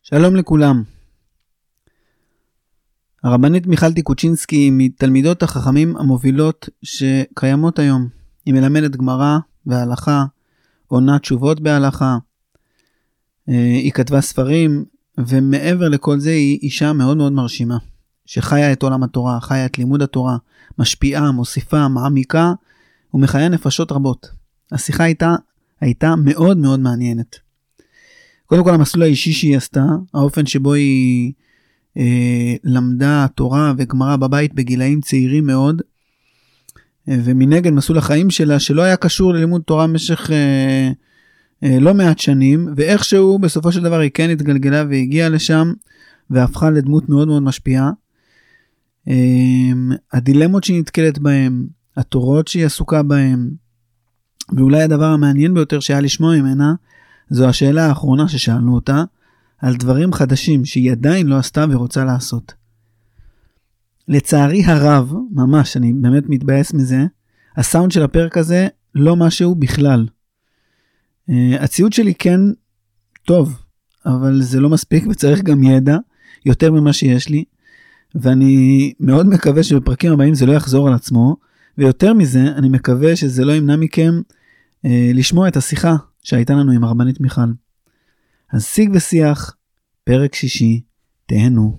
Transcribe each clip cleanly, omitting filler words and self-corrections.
שלום לכולם. הרבנית מיכל טיקוצ'ינסקי היא מתלמידות החכמים המובילות שקיימות היום. היא מלמדת גמרא והלכה, עונה תשובות בהלכה. היא כתבה ספרים, ומעבר לכל זה היא אישה מאוד מאוד מרשימה, שחיה את עולם התורה, חיה את לימוד התורה, משפיעה, מוסיפה, מעמיקה, ומחיה נפשות רבות. השיחה הייתה מאוד מאוד מעניינת. קודם כל המסלול האישי שהיא עשתה, האופן שבו היא למדה תורה וגמרא בבית בגילאים צעירים מאוד, ומנגד מסלול החיים שלה שלא היה קשור ללימוד תורה במשך לא מעט שנים, ואיכשהו בסופו של דבר היא כן התגלגלה והגיעה לשם, והפכה לדמות מאוד מאוד משפיעה. הדילמות שהיא נתקלת בהם, התורות שהיא עסוקה בהם, ואולי הדבר המעניין ביותר שהיה לשמוע ממנה, זו השאלה האחרונה ששאלנו אותה, על דברים חדשים שהיא עדיין לא עשתה ורוצה לעשות. לצערי הרב, ממש, אני באמת מתבאס מזה, הסאונד של הפרק הזה לא משהו בכלל. הציוד שלי כן טוב, אבל זה לא מספיק וצריך גם ידע, יותר ממה שיש לי, ואני מאוד מקווה שבפרקים הבאים זה לא יחזור על עצמו, ויותר מזה, אני מקווה שזה לא ימנע מכם לשמוע את השיחה שהייתה לנו עם הרבנית מיכל. אז שיג ושיח, פרק 6, תהנו.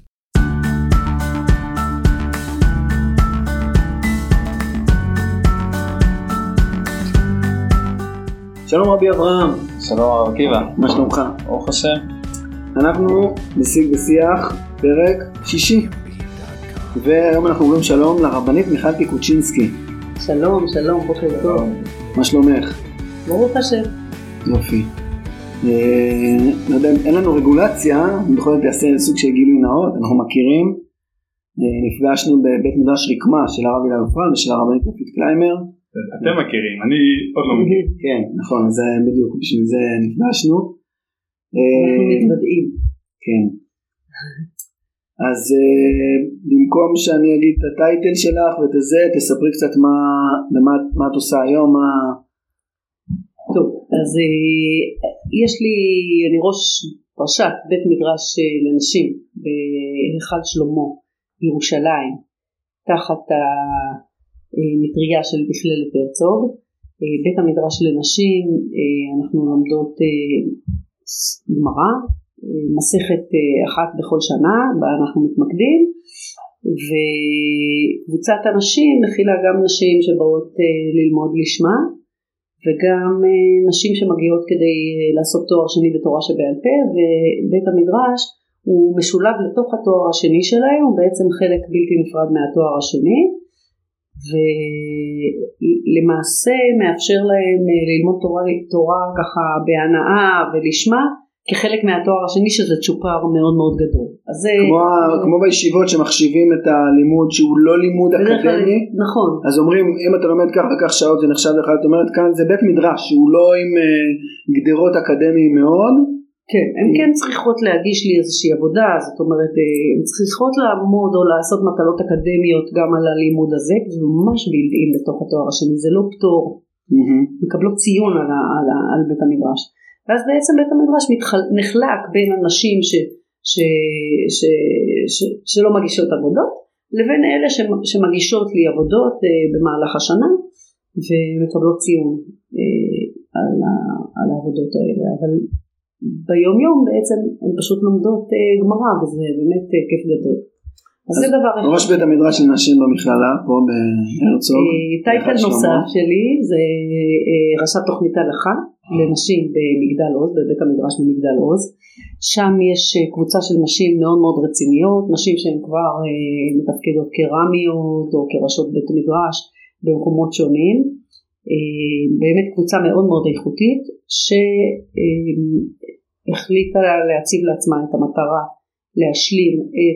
שלום רבי אברהם. שלום הרב עקיבא. מה שלומך? ברוך השם. אנחנו בשיג ושיח, פרק 6. והיום אנחנו אומרים שלום לרבנית מיכל טיקוצ'ינסקי. שלום, שלום, בוקר טוב. מה שלומך? ברוך השם. יופי. לא יודע, אין לנו רגולציה, בכל זאת יעשה סוג של גילוי נאות, אנחנו מכירים. נפגשנו בבית מדרש רקמה של הרב אליהו פרל ושל הרבנית יפית קליימר. אתם מכירים, אני עוד לא מכיר. כן, נכון, זה בדיוק בשביל זה נפגשנו. אנחנו מתוודעים. כן. אז במקום שאני אגיד את הטייטל שלך ואת זה, תספרי קצת מה את עושה היום. טוב, אז יש לי, אני ראש פרשת בית מדרש לנשים בהיכל שלמה בירושלים, תחת המטריה של מכללת הרצוג. בית המדרש לנשים, אנחנו לומדות גמרא, מסכת אחת בכל שנה, בה אנחנו מתמקדים, וקבוצת הנשים מכילה גם נשים שבאות ללמוד לשמה, וגם נשים שמגיעות כדי לעשות תואר שני בתורה שבעל פה, ובית המדרש הוא משולב לתוך התואר השני שלהם, הוא בעצם חלק בלתי נפרד מהתואר השני, ולמעשה מאפשר להם ללמוד תורה ככה בהנאה ולשמה, כחלק מהתואר השני שזה צ'ופר מאוד מאוד גדול. כמו בישיבות שמחשיבים את הלימוד שהוא לא לימוד אקדמי. נכון. אז אומרים אם אתה לומד כך וכך שעות זה נחשב לך, את אומרת כאן זה בית מדרש שהוא לא עם גדרות אקדמיים מאוד. כן, הן כן צריכות להגיש לי איזושהי עבודה, זאת אומרת הן צריכות לעמוד או לעשות מטלות אקדמיות גם על הלימוד הזה, זה ממש בילדין לתוך התואר השני, זה לא פטור, מקבלות ציון על בית המדרש. ואז בעצם בית המדרש נחלק בין אנשים שלא מגישות עבודות, לבין אלה שמגישות לי עבודות במהלך השנה, ומקבלות ציון על העבודות האלה. אבל ביום יום בעצם הן פשוט לומדות גמרא, וזה באמת כיף גדול. אז זה דבר אחד. ראש בית המדרש לנשים במכללה, פה בהרצוג. טייטל נוסף שלי זה ראשת תוכנית הלכה לנשים במגדל עוז, בבית המדרש במגדל עוז. שם יש קבוצה של נשים מאוד מאוד רציניות, נשים שהן כבר מתפקדות כרמיות או כראשות בית המדרש במקומות שונים. באמת קבוצה מאוד מאוד איכותית שהחליטה להציב לעצמה את המטרה להשלים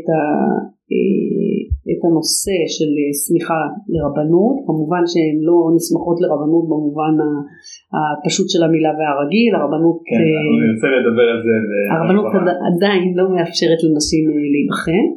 את הנושא של סמיכה לרבנות. כמובן שהן לא נסמכות לרבנות במובן הפשוט של המילה והרגיל, הרבנות, כן, אני רוצה לדבר על זה, הרבנות עדיין לא מאפשרת לנשים להיבחן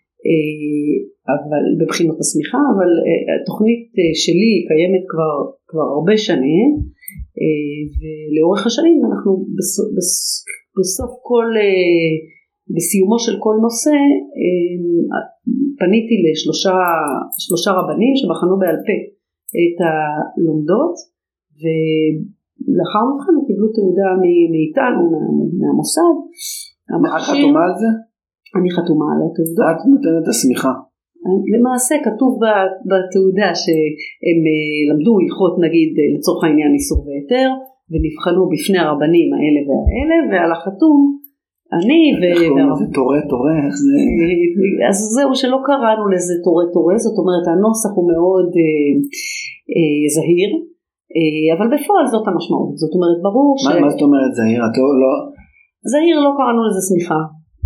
אבל בבחינות הסמיכה, אבל התוכנית שלי קיימת כבר הרבה שנים, ולאורך השנים אנחנו בסוף כל בסיומו של כל נושא פניתי לשלושה רבנים שבחנו בעל פה את הלומדות, ולאחר מכן קיבלו תעודה מאיתנו, מהמוסד. את חתומה על זה? אני חתומה על התעודה. את נותנת את הסמיכה. למעשה כתוב בתעודה שהם למדו הלכות נגיד לצורך העניין איסור והיתר, ונבחנו בפני הרבנים האלה והאלה, ועל החתום אני זה תורה, איך זה? אז זהו, שלא קראנו לזה תורה, זאת אומרת הנוסח הוא מאוד זהיר, אבל בפועל זאת המשמעות, זאת אומרת ברור מה זאת אומרת זהיר? זהיר לא קראנו לזה סמיכה,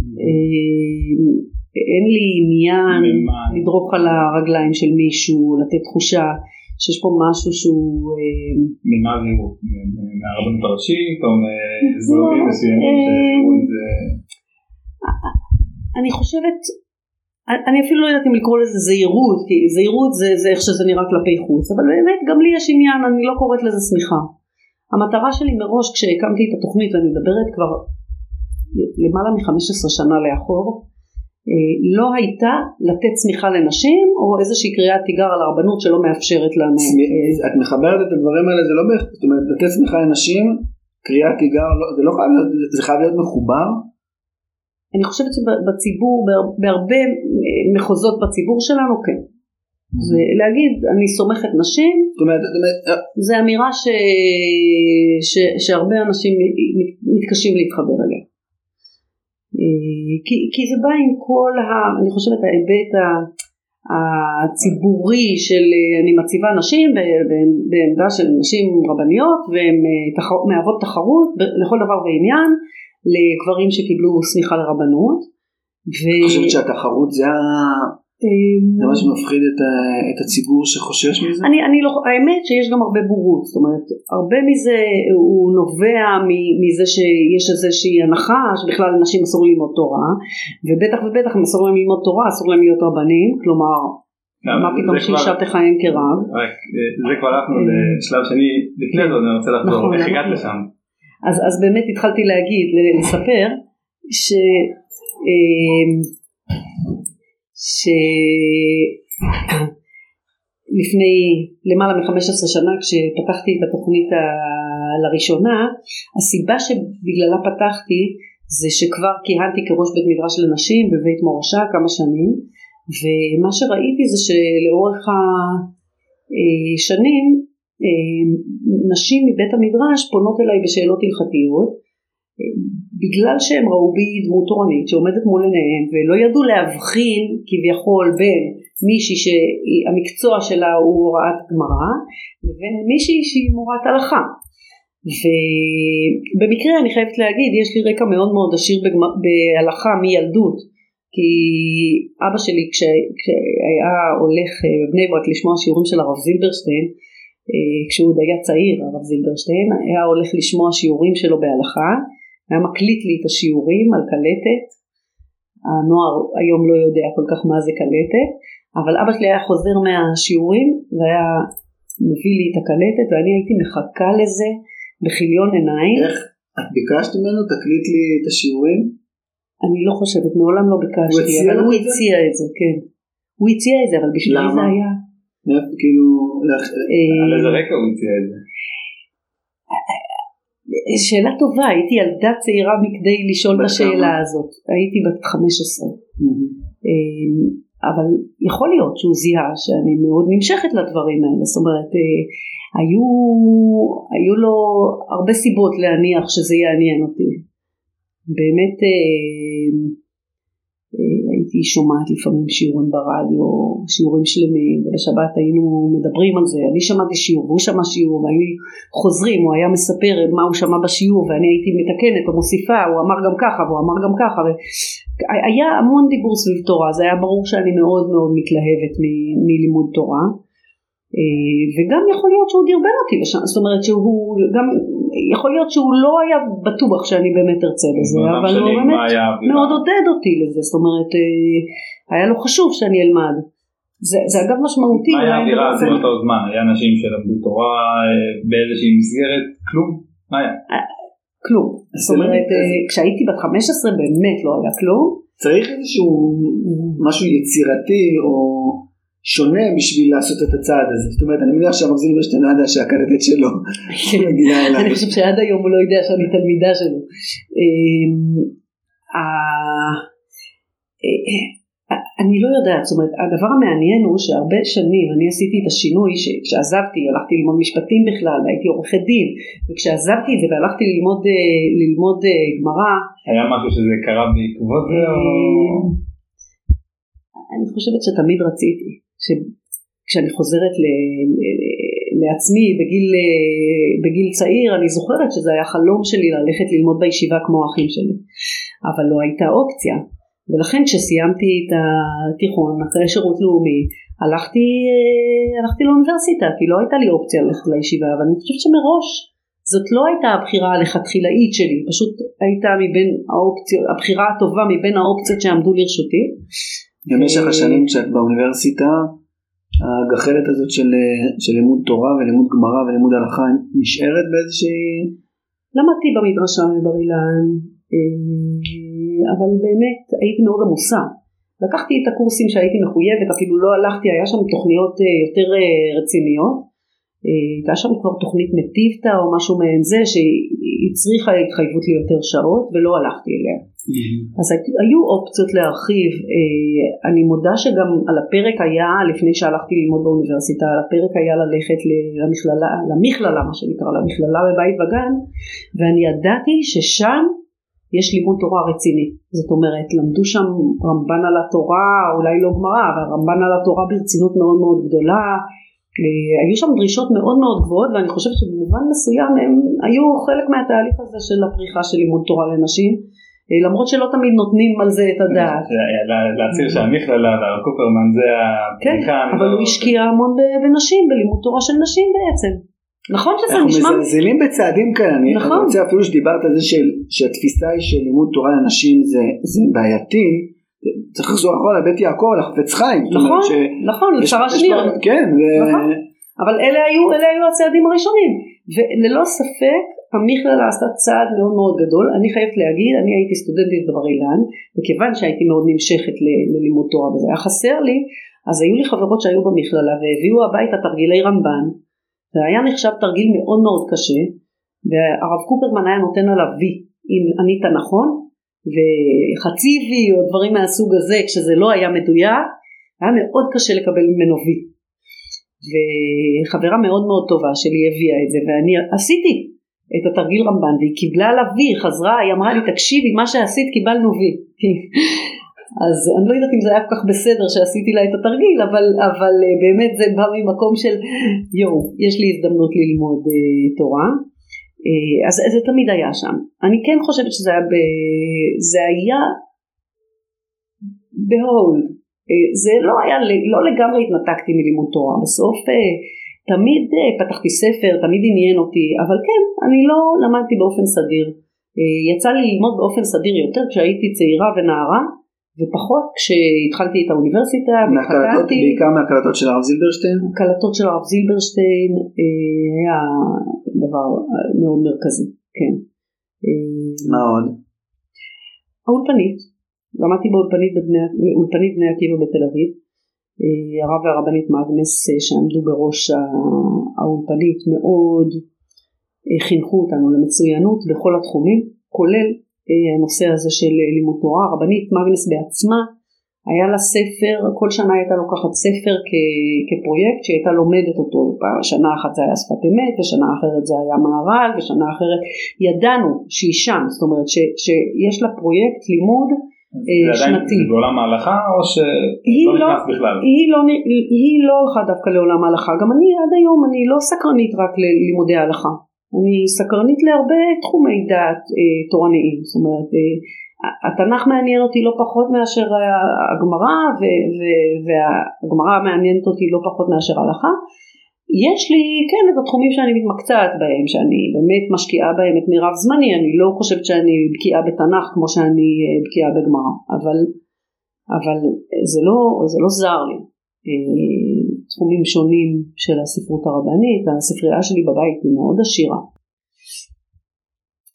אין לי עניין לדרוך על הרגליים של מישהו, לתת תחושה שיש פה משהו שהוא ממה זה הוא? מהרבנות הראשית או מזרמים מסוימים שראו את זה? אני חושבת, אני אפילו לא יודעת אם לקרוא לזה זהירות, כי זהירות זה איך שזה נראה כלפי חוץ, אבל באמת גם לי יש עניין, אני לא קוראת לזה סמיכה. המטרה שלי מראש כשהקמתי את התוכנית, ואני מדברת כבר למעלה מ-15 שנה לאחור, לא הייתה לתת סמיכה לנשים או איזושהי קריאת תיגר על הרבנות שלא מאפשרת לנו. את מחברת את הדברים האלה, זה לא זאת אומרת לתת סמיכה לנשים, קריאת תיגר, זה לא חייב להיות, זה חייב להיות מחובר? אני חושבת שבציבור, בהרבה מחוזות בציבור שלנו כן. זה להגיד אני סומכת נשים, זה אמירה שהרבה אנשים מתקשים להתחבר אליה. כי זה בא עם כל אני חושבת ההיבט הציבורי של אני מציבה נשים בעמדה של נשים רבניות והן מהוות תחרות לכל דבר ועניין לגברים שקיבלו סמיכה לרבנות. אני חושבת שהתחרות זה מה שמפחיד את הציבור שחושש מזה? האמת שיש גם הרבה בורות, זאת אומרת הרבה מזה הוא נובע מזה שיש איזושהי הנחה שבכלל נשים אסור ללמוד תורה, ובטח אם אסור להם ללמוד תורה אסור להם להיות רבנים, כלומר מה פתאום שאישה תכהן כרב. זה כבר הלכנו לשלב שני, לפני זה אני רוצה לחזור, איך הגעת לשם? אז באמת התחלתי לספר שלפני למעלה מ-15 שנה כשפתחתי את התוכנית לראשונה, הסיבה שבגללה פתחתי זה שכבר כיהנתי כראש בית מדרש לנשים בבית מורשה כמה שנים, ומה שראיתי זה שלאורך השנים נשים מבית המדרש פונות אליי בשאלות הלכתיות, בגלל שהם ראו בי דמות תורנית שעומדת מול עיניהם ולא ידעו להבחין כביכול בין מישהי שהמקצוע שלה הוא הוראת גמרא לבין מישהי שהיא מורת הלכה. ובמקרה אני חייבת להגיד יש לי רקע מאוד מאוד עשיר בהלכה מילדות, כי אבא שלי כשהיה הולך בבני ברק לשמוע שיעורים של הרב זילברשטיין, כשהוא עוד היה צעיר הרב זילברשטיין היה הולך לשמוע שיעורים שלו בהלכה, היה מקליט לי את השיעורים על קלטת, הנוער היום לא יודע כל כך מה זה קלטת, אבל אבא שלי היה חוזר מהשיעורים והיה מביא לי את הקלטת ואני הייתי מחכה לזה בכיליון עיניים. איך? את ביקשת ממנו תקליט לי את השיעורים? אני לא חושבת, מעולם לא ביקשתי, אבל הוא הציע את זה, כן. הוא הציע את זה, אבל בשבילי זה היה. כאילו, על איזה רקע הוא הציע את זה? שאלה טובה, הייתי ילדה צעירה מכדי לשאול את השאלה הזאת, הייתי בת 15, אבל יכול להיות שהוא זיהה שאני מאוד נמשכת לדברים האלה, זאת אומרת, היו לו הרבה סיבות להניח שזה יעניין אותי, באמת הייתי שומעת לפעמים שיעורים ברדיו, שיעורים שלמים, ובשבת היינו מדברים על זה, אני שמעתי שיעור והוא שמע שיעור, והיינו חוזרים, הוא היה מספר מה הוא שמע בשיעור, ואני הייתי מתקנת או מוסיפה, הוא אמר גם ככה, והוא אמר גם ככה, היה המון דיבור סביב תורה, זה היה ברור שאני מאוד מאוד מתלהבת מלימוד תורה, וגם יכול להיות שהוא דרבן אותי לשם, זאת אומרת שהוא גם, יכול להיות שהוא לא היה בטוח שאני באמת ארצה בזה, אבל הוא באמת מאוד עודד אותי לזה, זאת אומרת היה לו חשוב שאני אלמד, זה אגב משמעותי. מה היה האווירה הזה באותו זמן? היה אנשים שלמדו תורה באיזושהי מסגרת? כלום? מה היה? כלום. זאת אומרת, כשהייתי בת 15 באמת לא היה כלום. צריך איזשהו משהו יצירתי או שונה בשביל לעשות את הצעד הזה. זאת אומרת, אני מניח שהרב זילברשטיין לא יודע שהקלטת שלו מגיעה אליי. אני חושב שעד היום הוא לא יודע שאני תלמידה שלו. אני לא יודעת, זאת אומרת, הדבר המעניין הוא שהרבה שנים אני עשיתי את השינוי שכשעזבתי, הלכתי ללמוד משפטים בכלל, הייתי עורכת דין, וכשעזבתי את זה והלכתי ללמוד גמרא. היה משהו שזה קרה בעקבות זה או? אני חושבת שתמיד רציתי, כשאני חוזרת לעצמי בגיל צעיר, אני זוכרת שזה היה חלום שלי ללכת ללמוד בישיבה כמו האחים שלי, אבל לא הייתה אופציה. ולכן כשסיימתי את התיכון אחרי שירות לאומי הלכתי לאוניברסיטה, כי לא הייתה לי אופציה ללכת לישיבה, אבל אני חושבת שמראש זאת לא הייתה הבחירה הלכתחילאית שלי, פשוט הייתה הבחירה הטובה מבין האופציות שעמדו לרשותי. במשך השנים כשאת באוניברסיטה הגחלת הזאת של לימוד תורה ולימוד גמרא ולימוד הלכה נשארת באיזושהי? למדתי במדרשה בבר אילן, אבל באמת הייתי מאוד עמוסה. לקחתי את הקורסים שהייתי מחויבת, אפילו לא הלכתי, היה שם תוכניות יותר רציניות. הייתה שם כבר תוכנית מטיבתא או משהו מעין זה שהצריכה התחייבות לי יותר שעות ולא הלכתי אליה. אז היו אופציות להרחיב. אני מודה שגם על הפרק היה, לפני שהלכתי ללמוד באוניברסיטה, על הפרק היה ללכת למכללה, מה שנקרא, למכללה בבית וגן, ואני ידעתי ששם יש לימוד תורה רציני. זאת אומרת, למדו שם רמב"ן על התורה, אולי לא גמרא, אבל רמב"ן על התורה ברצינות מאוד מאוד גדולה. היו שם דרישות מאוד מאוד גבוהות, ואני חושבת שבמובן מסוים הם היו חלק מהתהליך הזה של הפריחה של לימוד תורה לנשים, למרות שלא תמיד נותנים על זה את הדעת. להצהיר שהמכללה והרב קופרמן זה הפריחה. כן, אבל הוא השקיע המון בנשים, בלימוד תורה של נשים בעצם. נכון שזה נשמע? אנחנו מזלזלים בצעדים כאלה. אני רוצה אפילו שדיברת על זה שהתפיסה היא של לימוד תורה לנשים זה בעייתי. צריך לחזור אחורה לבית יעקב, לחפץ חיים. נכון, לשרה שניר. כן. אבל אלה היו הצעדים הראשונים. וללא ספק, המכללה עשתה צעד מאוד מאוד גדול. אני חייבת להגיד, אני הייתי סטודנטית בבר אילן, וכיוון שהייתי מאוד נמשכת ללימוד תורה, וזה היה חסר לי, אז היו לי חברות שהיו במכללה, והביאו הביתה תרגילי רמב"ן, והיה נחשב תרגיל מאוד מאוד קשה, והרב קופרמן היה נותן עליו וי, אם ענית נכון, וחצי וי או דברים מהסוג הזה, כשזה לא היה מדויק, היה מאוד קשה לקבל ממנו וי. וחברה מאוד מאוד טובה שלי הביאה את זה, ואני עשיתי את התרגיל רמב"ן, והיא קיבלה עליו וי, חזרה, היא אמרה לי, תקשיבי, מה שעשית קיבלנו וי. אז אני לא יודעת אם זה היה כל כך בסדר שעשיתי לה את התרגיל, אבל באמת זה בא ממקום של יש לי הזדמנות ללמוד תורה. אז זה תמיד היה שם. אני כן חושבת שזה היה בהולד. זה לא לגמרי התנתקתי מלימוד תורה. בסוף תמיד פתחתי ספר, תמיד עניין אותי, אבל כן, אני לא למדתי באופן סדיר. יצא לי ללמוד באופן סדיר יותר כשהייתי צעירה ונערה, ופחות כשהתחלתי את האוניברסיטה. בעיקר מהקלטות של הרב זילברשטיין? הקלטות של הרב זילברשטיין היה דבר מאוד מרכזי, כן. מה עוד? האולפנית, למדתי באולפנית בני עקיבא בתל אביב. הרב והרבנית מאגנס שעמדו בראש האולפנית מאוד חינכו אותנו למצוינות בכל התחומים, כולל הנושא הזה של לימוד תורה. הרבנית מאגנס בעצמה היה לה ספר, כל שנה הייתה לוקחת ספר כפרויקט שהייתה לומדת אותו. שנה אחת זה היה שפת אמת, ושנה אחרת זה היה מהר"ל, ושנה אחרת ידענו שהיא שם, זאת אומרת שיש לה פרויקט לימוד שנתי. זה בעולם ההלכה או שלא נכנס בכלל? היא לא הלכה דווקא לעולם ההלכה, גם אני עד היום אני לא סקרנית רק ללימודי ההלכה. אני סקרנית להרבה תחומי דעת תורניים, זאת אומרת, התנ"ך מעניין אותי לא פחות מאשר הגמרא, והגמרא מעניינת אותי לא פחות מאשר ההלכה. יש לי, כן, את התחומים שאני מתמקצעת בהם, שאני באמת משקיעה בהם את מירב זמני, אני לא חושבת שאני בקיאה בתנ"ך כמו שאני בקיאה בגמרא, אבל זה לא זר לי. תחומים שונים של הספרות הרבנית, והספרייה שלי בבית היא מאוד עשירה.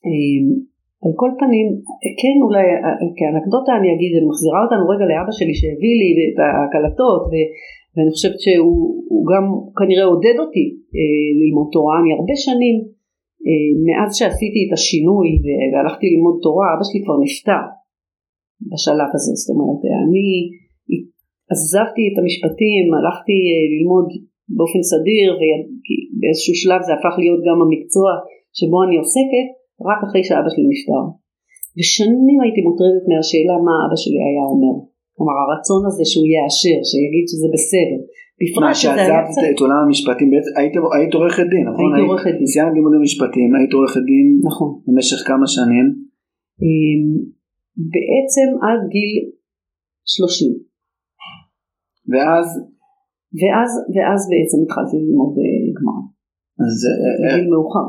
על כל פנים, כן אולי כאנקדוטה אני אגיד, אני מחזירה אותנו רגע לאבא שלי שהביא לי את ההקלטות, ואני חושבת שהוא גם כנראה עודד אותי ללמוד תורה. אני הרבה שנים, מאז שעשיתי את השינוי והלכתי ללמוד תורה, אבא שלי כבר נפטר בשלב הזה, זאת אומרת, אני עזבתי את המשפטים, הלכתי ללמוד באופן סדיר, ובאיזשהו שלב זה הפך להיות גם המקצוע שבו אני עוסקת, רק אחרי שאבא שלי נפטר. ושנים הייתי מוטרדת מהשאלה מה אבא שלי היה אומר. כלומר, הרצון הזה שהוא יאשר, שיגיד שזה בסדר. מה, שעזבת את עולם המשפטים, היית עורכת דין, נכון? הייתי עורכת דין. סיימת לימודי משפטים, היית עורכת דין נכון. במשך כמה שנים? בעצם עד גיל 30. ואז בעצם התחלתי ללמוד גמרא. בגיל מאוחר.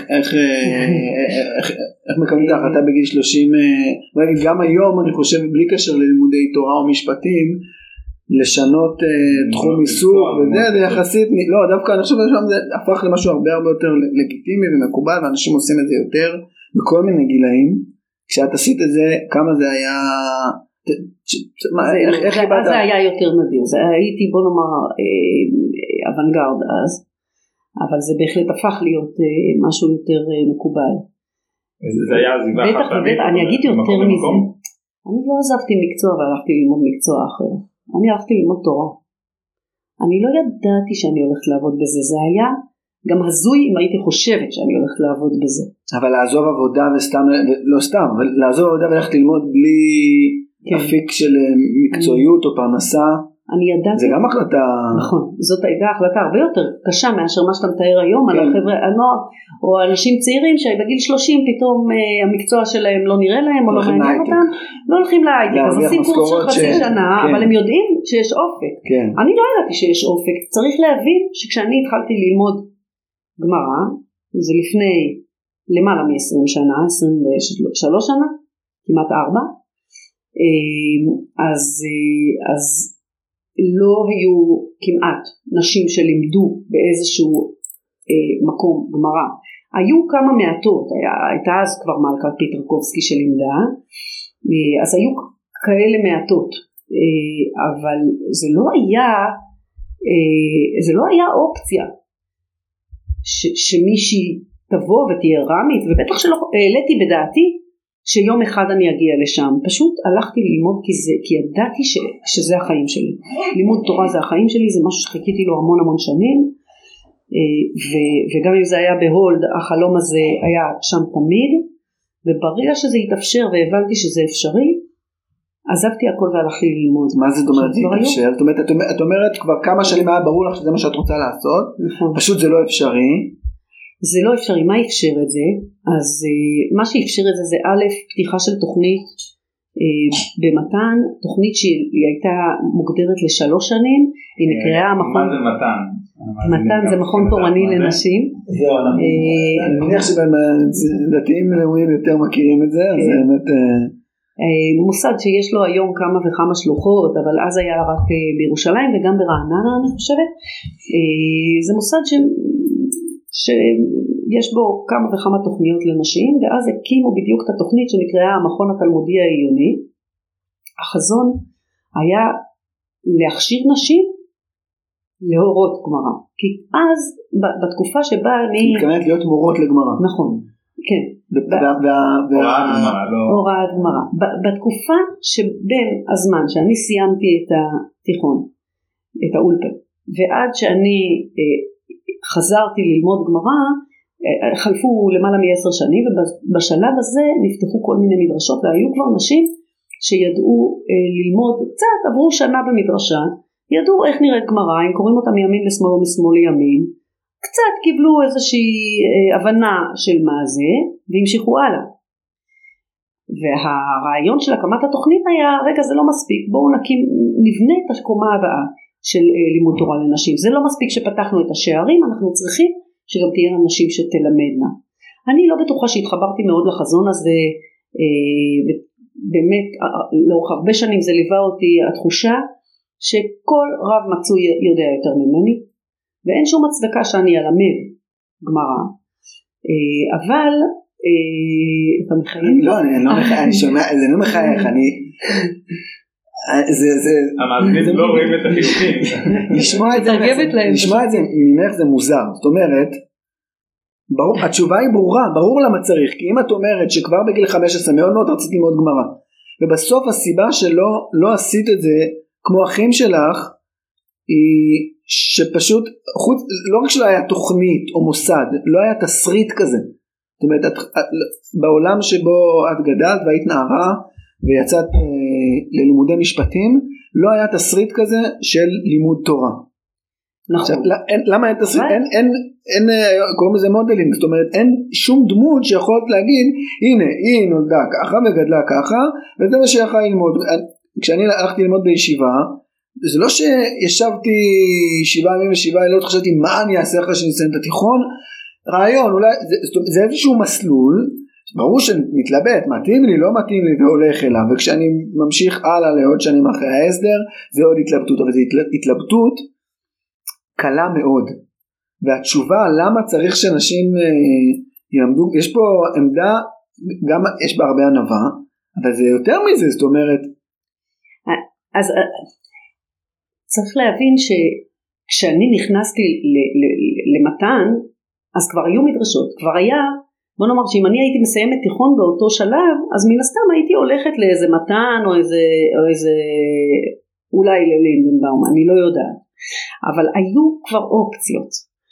איך מקבלים את ההחלטה בגיל 30? גם היום אני חושב בלי קשר ללימודי תורה או משפטים, לשנות תחום עיסוק וזה יחסית, לא, דווקא אני חושב שזה הפך למשהו הרבה יותר לגיטימי ומקובל, ואנשים עושים את זה יותר בכל מיני גילאים. כשאת עשית את זה, כמה זה היה, אז זה היה יותר נדיר, הייתי בוא נאמר אוונגרד אז, אבל זה בהחלט הפך להיות משהו יותר מקובל. זה היה עזיבה אחת פעמית? אני אגיד יותר מזה, אני לא עזבתי מקצוע והלכתי ללמוד מקצוע אחר, אני הלכתי ללמוד תורה. אני לא ידעתי שאני הולכת לעבוד בזה, זה היה גם הזוי אם הייתי חושבת שאני הולכת לעבוד בזה. אבל לעזוב עבודה וסתם, לא סתם, אבל לעזוב עבודה ולכת ללמוד בלי אפיק של מקצועיות או פרנסה, אני ידעתי. זה גם החלטה. נכון, זאת הייתה החלטה הרבה יותר קשה מאשר מה שאתה מתאר היום על החבר'ה, הנוער, או אנשים צעירים שבגיל 30 פתאום המקצוע שלהם לא נראה להם או לא מעניין אותם, לא הולכים להייטק, אז עושים קורס של חצי שנה, אבל הם יודעים שיש אופק. אני לא ידעתי שיש אופק, צריך להבין שכשאני התחלתי ללמוד גמרא, זה לפני למעלה מ-20 שנה, 23 שנה, כמעט 4, אז לא היו כמעט נשים שלימדו באיזשהו מקום גמרא. היו כמה מעטות, הייתה אז כבר מלכה פיטרקובסקי שלימדה, אז היו כאלה מעטות, אבל זה לא היה אופציה שמישהי תבוא ותהיה רמית, ובטח שלא העליתי בדעתי שיום אחד אני אגיע לשם. פשוט הלכתי ללמוד כי ידעתי שזה החיים שלי. לימוד תורה זה החיים שלי, זה משהו שחיכיתי לו המון שנים, וגם אם זה היה בהולד, החלום הזה היה שם תמיד, וברגע שזה יתאפשר והבנתי שזה אפשרי, עזבתי הכל והלכתי ללמוד. מה זה אומרת זה יתאפשר? את אומרת כבר כמה שנים היה ברור לך שזה מה שאת רוצה לעשות, פשוט זה לא אפשרי. זה לא אפשרי. מה אפשר את זה? אז מה שאפשר את זה זה א', פתיחה של תוכנית במתן, תוכנית שהיא הייתה מוגדרת ל3 שנים, היא נקראה מה זה מתן? מתן זה מכון תורני לנשים. אני מניח שבדתיים לאומיים יותר מכירים את זה, אז זה באמת מוסד שיש לו היום כמה וכמה שלוחות, אבל אז היה רק בירושלים וגם ברעננה אני חושבת. זה מוסד שיש בו כמה וכמה תוכניות לנשים, ואז הקימו בדיוק את התוכנית שנקראה המכון התלמודי העיוני. החזון היה להכשיר נשים להורות גמרא, כי אז בתקופה שבה אני מתכוונת להיות מורות לגמרא. נכון, כן, הוראת גמרא. בתקופה שבין הזמן שאני סיימתי את התיכון, את האולפן, ועד שאני חזרתי ללמוד גמרא, חלפו למעלה מ10 שנים, ובשלב הזה נפתחו כל מיני מדרשות, והיו כבר נשים שידעו ללמוד, קצת עברו שנה במדרשה, ידעו איך נראית גמרא, אם קוראים אותם מימין לשמאל או משמאל לימין, קצת קיבלו איזושהי הבנה של מה זה, והמשיכו הלאה. והרעיון של הקמת התוכנית היה, רגע זה לא מספיק, בואו נבנה את הקומה הבאה של לימוד תורה לנשים. זה לא מספיק שפתחנו את השערים, אנחנו צריכים שגם תהיינה נשים שתלמדנה. אני לא בטוחה שהתחברתי מאוד לחזון הזה, ובאמת לאורך הרבה שנים זה ליווה אותי התחושה שכל רב מצוי יודע יותר ממני, ואין שום הצדקה שאני אלמד גמרא, אבל אתה מחייך? לא, אני לא מחייך, אני שומע, זה לא מחייך, אני... המאזינים לא רואים את החיוכים. לשמוע את זה ממך זה מוזר, זאת אומרת, התשובה היא ברורה, ברור למה צריך, כי אם את אומרת שכבר בגיל 15 מאוד מאוד רצית ללמוד גמרא, ובסוף הסיבה שלא עשית את זה כמו אחים שלך, היא שפשוט, לא רק שלא היה תוכנית או מוסד, לא היה תסריט כזה, זאת אומרת, בעולם שבו את גדלת והיית נערה, ויצאת ללימודי משפטים, לא היה תסריט כזה של לימוד תורה. נכון. למה אין תסריט? אין, קוראים לזה מודלינג, זאת אומרת, אין שום דמות שיכולת להגיד, הנה, היא נולדה ככה וגדלה ככה, וזה מה שיכולה ללמוד. כשאני הלכתי ללמוד בישיבה, זה לא שישבתי 7 ימים ו7 לילות, חשבתי מה אני אעשה אחרי שאני אסיים את התיכון, רעיון, אולי, זה איזשהו מסלול, ברור שמתלבט, מתאים לי, לא מתאים לי, והולך אליו, וכשאני ממשיך הלאה לעוד שנים אחרי ההסדר, זה עוד התלבטות, אבל זו התלבטות קלה מאוד, והתשובה למה צריך שאנשים ילמדו, יש פה עמדה, גם יש בה הרבה ענווה, אבל זה יותר מזה, זאת אומרת. אז צריך להבין שכשאני נכנסתי למתן, אז כבר היו מדרשות, כבר היה, בוא נאמר שאם אני הייתי מסיימת תיכון באותו שלב, אז מן הסתם הייתי הולכת לאיזה מתן או איזה אולי ללינדנבאום, אני לא יודעת. אבל היו כבר אופציות,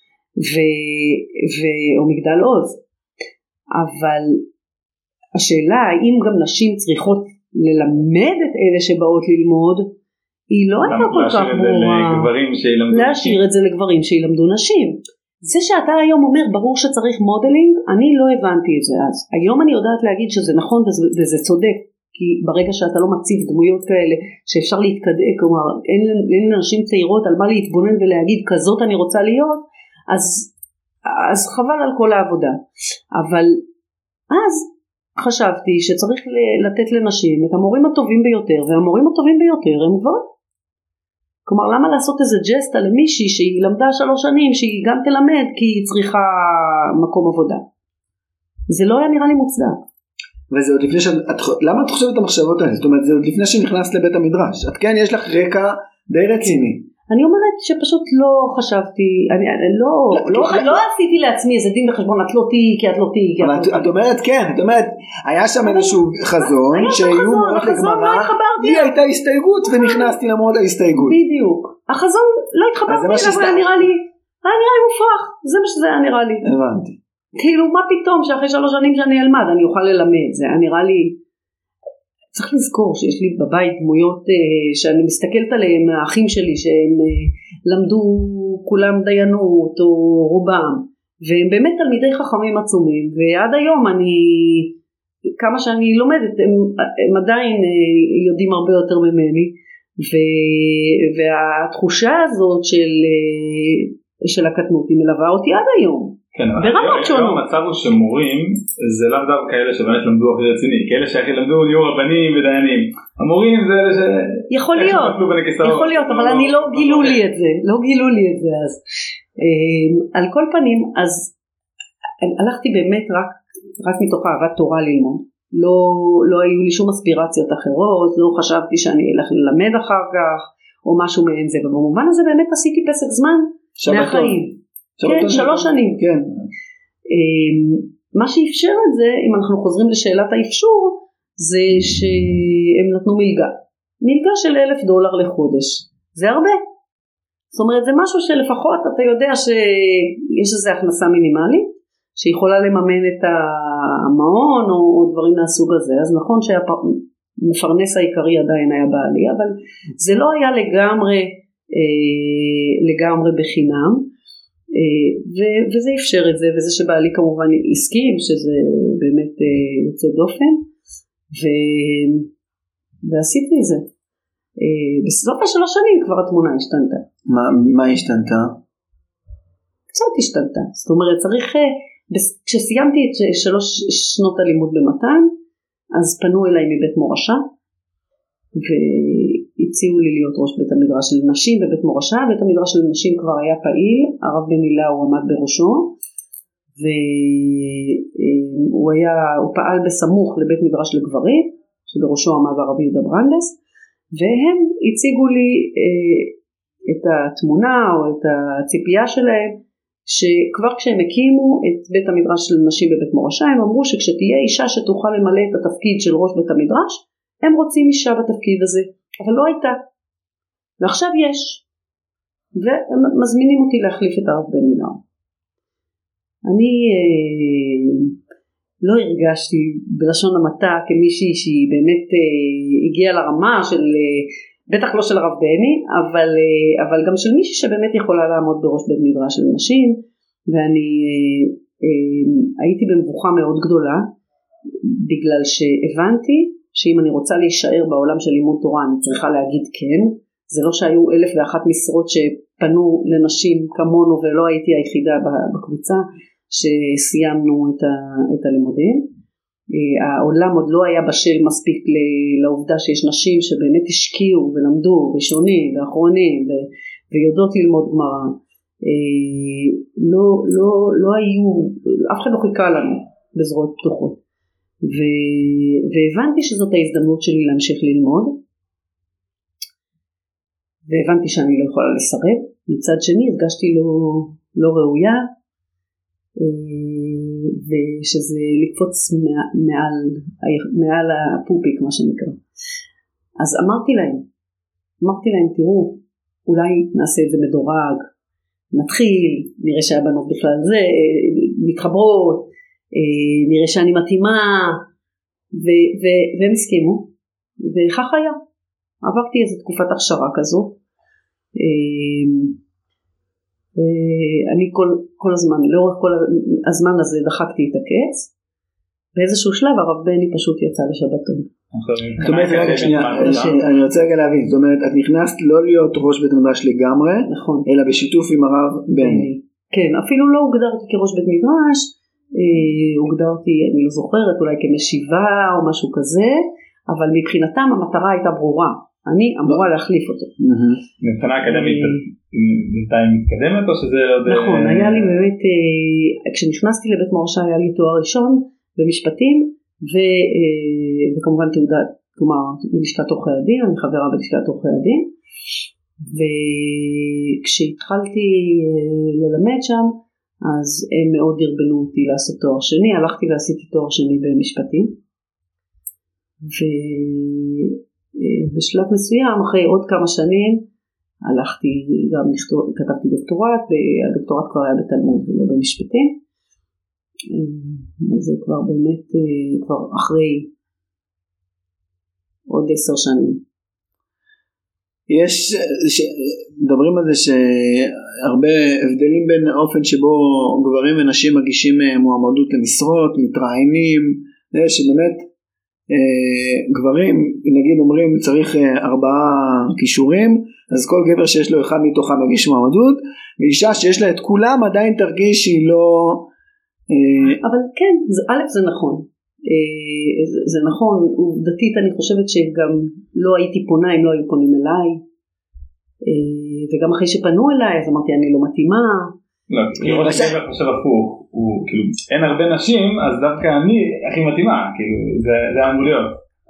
או מגדל עוז. אבל השאלה האם גם נשים צריכות ללמד את אלה שבאות ללמוד, היא לא הייתה כל כך ברורה. להשאיר את זה לגברים שילמדו נשים. זה שאתה היום אומר ברור שצריך מודלינג, אני לא הבנתי את זה אז. היום אני יודעת להגיד שזה נכון וזה צודק, כי ברגע שאתה לא מציב דמויות כאלה שאפשר להתקדם, כלומר אין לנשים צעירות על מה להתבונן ולהגיד כזאת אני רוצה להיות, אז חבל על כל העבודה. אבל אז חשבתי שצריך לתת לנשים את המורים הטובים ביותר, והמורים הטובים ביותר הם גברים. כלומר, למה לעשות איזה ג'סטה למישהי שהיא למדה 3 שנים, שהיא גם תלמד כי היא צריכה מקום עבודה? זה לא היה נראה לי מוצדק. וזה עוד לפני למה את חושבת את המחשבות האלה? זאת אומרת, זה עוד לפני שנכנסת לבית המדרש. את כן, יש לך רקע די רציני. אני אומרת שפשוט לא חשבתי, לא עשיתי לעצמי איזה דין בחשבון, את לא תהי, כי את לא תהי. את אומרת כן, את אומרת, היה שם איזשהו חזון, שהיו מורות לגמרא, לי הייתה הסתייגות ונכנסתי למרות ההסתייגות. בדיוק, החזון לא התחברתי, אבל היה נראה לי מופרך, זה מה שזה היה נראה לי. הבנתי. כאילו מה פתאום שאחרי 3 שנים שאני אלמד, אני אוכל ללמד, זה היה נראה לי, צריך לזכור שיש לי בבית דמויות שאני מסתכלת עליהם, האחים שלי שהם למדו כולם דיינות או רובם, והם באמת תלמידי חכמים עצומים, ועד היום כמה שאני לומדת הם עדיין יודעים הרבה יותר ממני, והתחושה הזאת של הקטנות היא מלווה אותי עד היום. כן, היום המצב הוא שמורים זה לאו דווקא כאלה שבאמת למדו הכי רציני, כאלה שהכי למדו יהיו רבנים ודיינים, המורים זה אלה יכול להיות, אבל אני לא גילו לי את זה אז. על כל פנים, אז הלכתי באמת רק מתוך אהבת תורה ללמוד, לא היו לי שום אספירציות אחרות, לא חשבתי שאני אלך ללמד אחר כך או משהו מעין זה, ובמובן הזה באמת עשיתי פסק זמן מהחיים. כן, 3 שנים. כן. מה שאפשר את זה, אם אנחנו חוזרים לשאלת האפשור, זה שהם נתנו מלגה של $1,000 לחודש. זה הרבה. זאת אומרת, זה משהו שלפחות אתה יודע שיש איזו הכנסה מינימלית, שיכולה לממן את המעון או דברים מהסוג הזה. אז נכון שהמפרנס העיקרי עדיין היה בעלי, אבל זה לא היה לגמרי בחינם. וזה אפשר את זה, וזה שבעלי כמובן הסכים שזה באמת יוצא דופן, ועשיתי את זה. בסוף 3 שנים כבר התמונה השתנתה. מה השתנתה? קצת השתנתה, זאת אומרת צריך, כשסיימתי את 3 שנות הלימוד במתן, אז פנו אליי מבית מורשה, והציעו לי להיות ראש בית המדרש של נשים בבית מורשה. בית המדרש של נשים כבר היה פעיל, הרב בן הילה הוא עמד בראשו, והוא פעל בסמוך לבית מדרש לגברים, שבראשו עמד הרב יהודה ברנדס, והם הציגו לי את התמונה או את הציפייה שלהם, שכבר כשהם הקימו את בית המדרש של נשים בבית מורשה, הם אמרו שכשתהיה אישה שתוכל למלא את התפקיד של ראש בית המדרש, הם רוצים אישה בתפקיד הזה, אבל לא הייתה. ועכשיו יש, והם מזמינים אותי להחליף את הרב בני נאור. אני לא הרגשתי בלשון המעטה כמישהי שהיא באמת הגיעה לרמה של, בטח לא של הרב בני, אבל גם של מישהי שבאמת יכולה לעמוד בראש בית מדרש של נשים, ואני הייתי במבוכה מאוד גדולה, בגלל שהבנתי שאם אני רוצה להישאר בעולם של לימוד תורה אני צריכה להגיד כן, זה לא שהיו 1001 משרות שפנו לנשים כמונו ולא הייתי היחידה בקבוצה שסיימנו את הלימודים. העולם עוד לא היה בשל מספיק לעובדה שיש נשים שבאמת השקיעו ולמדו ראשונים ואחרונים ויודעות ללמוד גמרא. לא היו, אף אחד לא חיכה לנו בזרועות פתוחות. והבנתי שזאת ההזדמנות שלי להמשיך ללמוד, והבנתי שאני לא יכולה לסרב. מצד שני הרגשתי לא ראויה, ושזה לקפוץ מעל הפופיק מה שנקרא. אז אמרתי להם תראו, אולי נעשה את זה מדורג, נתחיל, נראה שהבנות בכלל זה מתחברות, נראה שאני מתאימה, והם הסכימו, וכך היה. עברתי איזו תקופת הכשרה כזו, ואני כל הזמן, לאורך כל הזמן הזה דחקתי את הקץ, באיזשהו שלב הרב בני פשוט יצא לשבתון. זאת אומרת, אני רוצה רגע להבין, זאת אומרת, את נכנסת לא להיות ראש בית מדרש לגמרי, אלא בשיתוף עם הרב בני. כן, אפילו לא הוגדרתי כראש בית מדרש, הוגדרתי, אני לא זוכרת, אולי כמשיבה או משהו כזה, אבל מבחינתם המטרה הייתה ברורה, אני אמורה להחליף אותו. מבחינה אקדמית בינתיים מתקדמת או שזה עוד... נכון, היה לי באמת, כשנכנסתי לבית מורשה היה לי תואר ראשון במשפטים, וכמובן תעודת, כלומר בלשכת עורכי הדין, אני חברה בלשכת עורכי הדין, וכשהתחלתי ללמד שם, אז הם מאוד דרבנו אותי לעשות תואר שני, הלכתי ועשיתי תואר שני במשפטים, ובשלב מסוים, אחרי עוד כמה שנים, הלכתי גם כתבתי דוקטורט, והדוקטורט כבר היה בתלמוד ולא במשפטים, אז זה כבר באמת, כבר אחרי עוד 10 שנים. יש, מדברים על זה שהרבה הבדלים בין האופן שבו גברים ונשים מגישים מועמדות למשרות, מתראיינים, שבאמת גברים נגיד אומרים צריך 4 כישורים, אז כל גבר שיש לו אחד מתוכם מגיש מועמדות, ואישה שיש לה את כולם עדיין תרגיש שהיא לא... אבל כן, א' זה נכון, זה נכון, עובדתית אני חושבת שגם לא הייתי פונה אם לא היו פונים אליי, וגם אחרי שפנו אליי אז אמרתי אני לא מתאימה. לא, כי ראש גבר חושב הפוך, כאילו אין הרבה נשים אז דווקא אני הכי מתאימה, כאילו זה אמור להיות.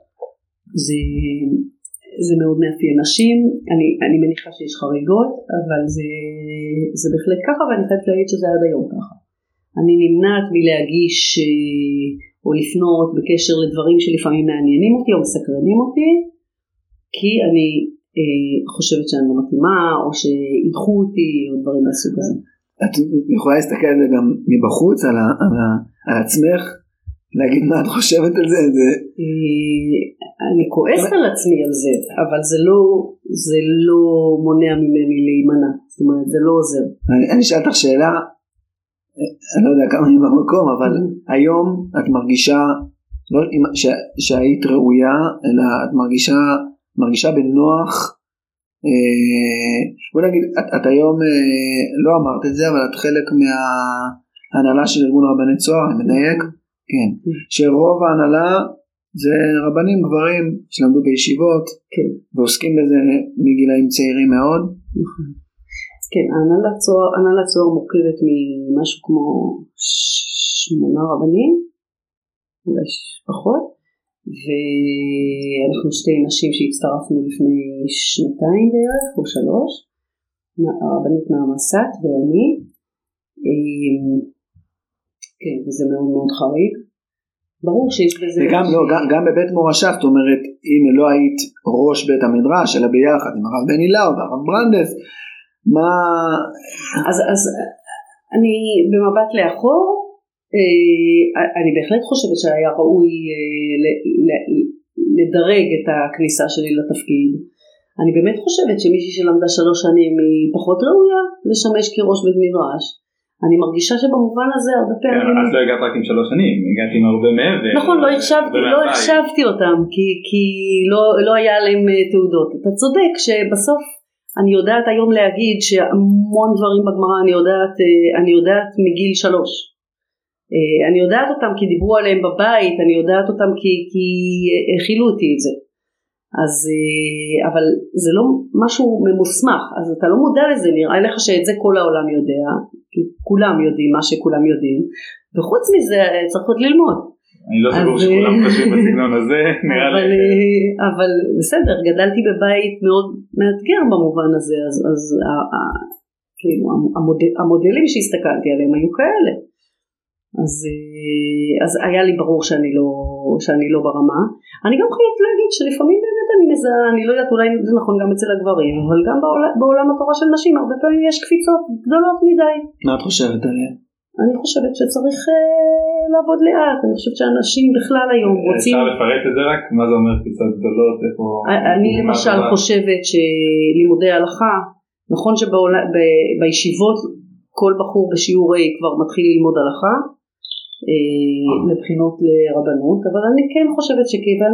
זה מאוד מאפיין נשים, אני מניחה שיש חריגות, אבל זה בהחלט ככה, ואני חייבת להגיד שזה עד היום ככה. אני נמנעת מלהגיש או לפנות בקשר לדברים שלפעמים מעניינים אותי או מסקרנים אותי, כי אני חושבת שאני לא מתאימה או שידחו אותי או דברים מהסוג הזה. את יכולה להסתכל על זה גם מבחוץ, על עצמך, להגיד מה את חושבת על זה? אני כועסת על עצמי על זה, אבל זה לא מונע ממני להימנע, זאת אומרת זה לא עוזר. אני שאלת לך שאלה, אני לא יודע כמה היא במקום, אבל היום את מרגישה לא שהיית ראויה, אלא את מרגישה בנוח, בוא נגיד, את היום לא אמרת את זה, אבל את חלק מההנהלה של ארגון רבני צוהר, אני מדייק? כן. שרוב ההנהלה זה רבנים גברים שלמדו בישיבות, ועוסקים בזה מגילאים צעירים מאוד. כן, הנהלת צוהר מורכבת ממשהו כמו 8 רבנים, אולי פחות, ואנחנו 2 נשים שהצטרפנו לפני 2 בערך או 3, הרבנית נעמה סת ואני, כן, וזה מאוד מאוד חריג. ברור שיש בזה... וגם לא, גם בבית מורשה, זאת אומרת, הנה לא היית ראש בית המדרש, אלא ביחד עם הרב בני לאו והרב ברנדס, מה... אז אני במבט לאחור, אני בהחלט חושבת שהיה ראוי לדרג את הכניסה שלי לתפקיד. אני באמת חושבת שמישהי שלמדה 3 שנים היא פחות ראויה לשמש כראש בית מדרש. אני מרגישה שבמובן הזה הרבה פעמים... אז לא הגעת רק עם 3 שנים, הגעת עם הרבה מעבר. נכון, לא החשבתי אותם, כי לא היה להם תעודות. אתה צודק שבסוף אני יודעת היום להגיד שהמון דברים בגמרא אני יודעת מגיל 3. אני יודעת אותם כי דיברו עליהם בבית, אני יודעת אותם כי הכילו אותי את זה. אז, אבל זה לא משהו ממוסמך, אז אתה לא מודע לזה, נראה לך שאת זה כל העולם יודע, כי כולם יודעים מה שכולם יודעים, וחוץ מזה צריך עוד ללמוד. אני לא סבור שכולם חושבים בסגנון הזה, נראה לי. אבל בסדר, גדלתי בבית מאוד מאתגר במובן הזה, אז כאילו, המודלים שהסתכלתי עליהם היו כאלה. אז היה לי ברור שאני לא ברמה. אני גם חייבת להגיד שלפעמים באמת אני לא יודעת, אולי זה נכון גם אצל הגברים, אבל גם בעולם התורה של נשים הרבה פעמים יש קפיצות גדולות מדי. מה את חושבת עליהן? אני חושבת שצריך לעבוד לאט. אני חושבת שאנשים בכלל היום רוצים... אפשר לפרט את זה רק? מה זה אומר קפיצות גדולות? אני למשל חושבת שלימודי הלכה, נכון שבישיבות כל בחור בשיעורי כבר מתחיל ללמוד הלכה לבחינות לרבנות, אבל אני כן חושבת שכיוון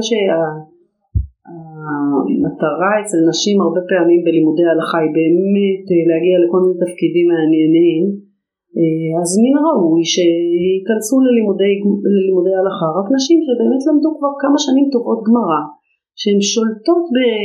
שהמטרה אצל נשים הרבה פעמים בלימודי הלכה היא באמת להגיע לכל מיני תפקידים מעניינים, אז מן הראוי שיכנסו ללימודי הלכה רק נשים שבאמת למדו כבר כמה שנים טובות גמרא, שהן שולטות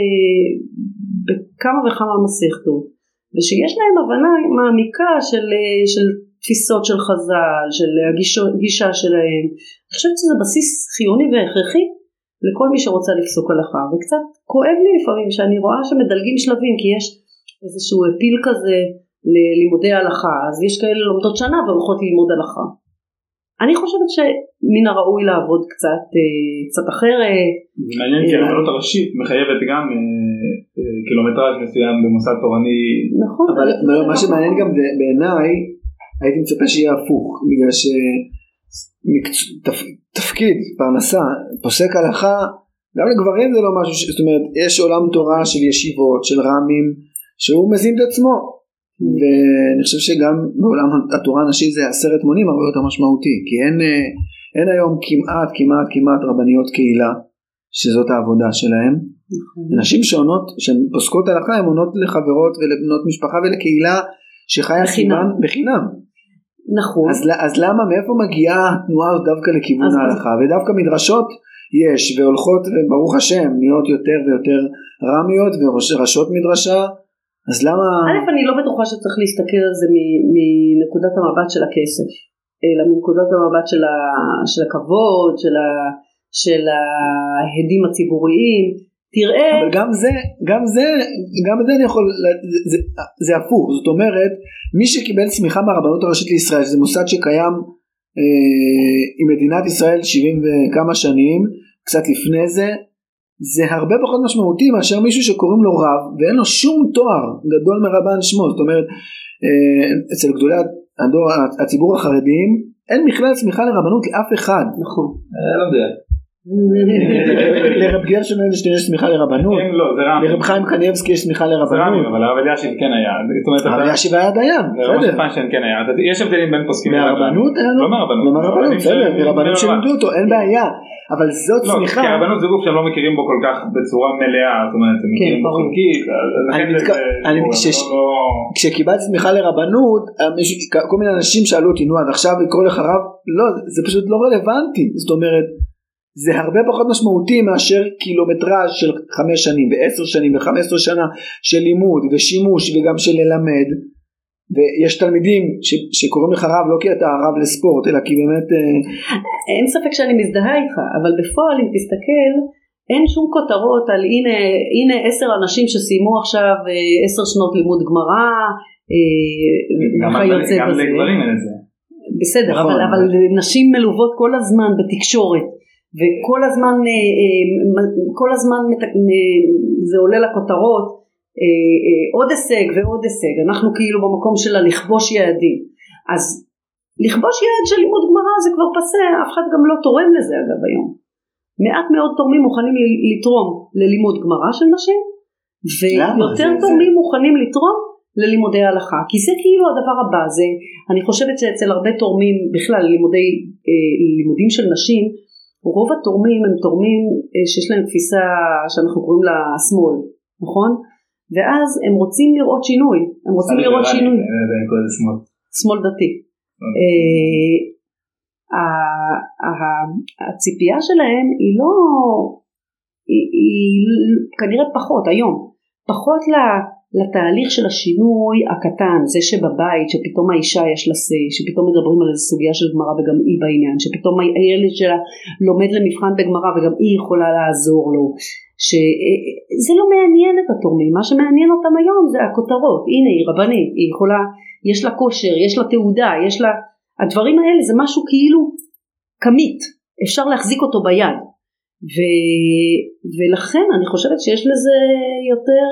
בכמה וכמה מסכתות, ושיש להם הבנה מעמיקה של תפיסות של חז"ל, של הגישה שלהם. אני חושבת שזה בסיס חיוני והכרחי לכל מי שרוצה לפסוק הלכה, וקצת כואב לי לפעמים שאני רואה שמדלגים שלבים, כי יש איזשהו פיל כזה ללימודי הלכה, אז יש כאלה לומדות שנה והולכות ללמוד הלכה. אני חושבת שמן הראוי לעבוד קצת אחרת. זה מעניין כי הרבנות הראשית מחייבת גם קילומטראז' מסוים במוסד תורני. נכון. אבל מה שמעניין גם בעיניי, הייתי מצפה שיהיה הפוך, בגלל שתפקיד, פרנסה, פוסק הלכה, גם לגברים זה לא משהו, זאת אומרת, יש עולם תורה של ישיבות, של רמים, שהוא מזין את עצמו, ואני חושב שגם בעולם התורה הנשית זה 10 מונים הרבה יותר משמעותי, כי אין היום כמעט רבניות קהילה, שזאת העבודה שלהם. נשים שעונות, שהן פוסקות הלכה, הן עונות לחברות ולבנות משפחה ולקהילה שחיה סימן בחינם. נכון. אז למה, מאיפה מגיעה התנועה דווקא לכיוון ההלכה? ודווקא מדרשות יש, והולכות, וברוך השם, להיות יותר ויותר רמיות וראשות מדרשה, אז למה... אני לא בטוחה שצריך להסתכל על זה מנקודת המבט של הכסף, אלא מנקודת המבט של הכבוד, של ההדים הציבוריים. תראה... אבל גם זה אני יכול, זה הפוך, זאת אומרת, מי שקיבל סמיכה מהרבנות הראשית לישראל, זה מוסד שקיים עם מדינת ישראל 70 וכמה שנים, קצת לפני זה, זה הרבה פחות משמעותי מאשר מישהו שקוראים לו רב, ואין לו שום תואר גדול מרבן שמו, זאת אומרת, אצל גדולי הציבור החרדיים, אין בכלל סמיכה לרבנות לאף אחד. נכון. לא יודע. לרב גרשון יש סמיכה לרבנות, לרב חיים קניבסקי יש סמיכה לרבנות, אבל הרב אלישיב כן היה, הרב אלישיב היה דיין, יש הבדלים בין פוסקים מהרבנות, לא מהרבנות, בסדר, מרבנות שלימדו אותו, אין בעיה, אבל זאת סמיכה, כי הרבנות זה גוף שהם לא מכירים בו כל כך בצורה מלאה, זאת אומרת הם מכירים בו חלקית, כשקיבלתי סמיכה לרבנות, כל מיני אנשים שאלו אותי, נו עד עכשיו לקרוא לך רב, לא, זה פשוט לא רלוונטי, זאת אומרת זה הרבה פחות משמעותי מאשר קילומטראז' של 5 שנים ו10 שנים ו15 שנה של לימוד ושימוש וגם של ללמד, ויש תלמידים שקוראים לך רב לא כי אתה רב לספורט, אלא כי באמת... אין ספק שאני מזדהה איתך, אבל בפועל אם תסתכל, אין שום כותרות על הנה 10 אנשים שסיימו עכשיו 10 שנות לימוד גמרא, גם לגברים אין את זה. בסדר, אבל נשים מלוות כל הזמן בתקשורת, וכל הזמן זה עולה לכותרות, עוד הישג ועוד הישג, אנחנו כאילו במקום שלה לכבוש יעדים, אז לכבוש יעד של לימוד גמרא זה כבר פסה, אף אחד גם לא תורם לזה אגב היום, מעט מאוד תורמים מוכנים לתרום ללימוד גמרא של נשים, ויותר תורמים מוכנים לתרום ללימודי ההלכה, כי זה כאילו הדבר הבא, זה, אני חושבת שאצל הרבה תורמים בכלל לימודים של נשים, רוב התורמים הם תורמים שיש להם תפיסה שאנחנו קוראים לה שמאל, נכון? ואז הם רוצים לראות שינוי, הם רוצים לראות שינוי, שמאל דתי. הציפייה שלהם היא לא, היא כנראה פחות היום, פחות לתהליך של השינוי הקטן, זה שבבית, שפתאום האישה יש לה סי, שפתאום מדברים על איזו סוגיה של גמרא וגם היא בעניין, שפתאום הילד שלה לומד למבחן בגמרא וגם היא יכולה לעזור לו, שזה לא מעניין את התורמים, מה שמעניין אותם היום זה הכותרות, הנה היא רבנית, היא יכולה, יש לה כושר, יש לה תעודה, יש לה, הדברים האלה זה משהו כאילו כמית, אפשר להחזיק אותו ביד, ולכן אני חושבת שיש לזה יותר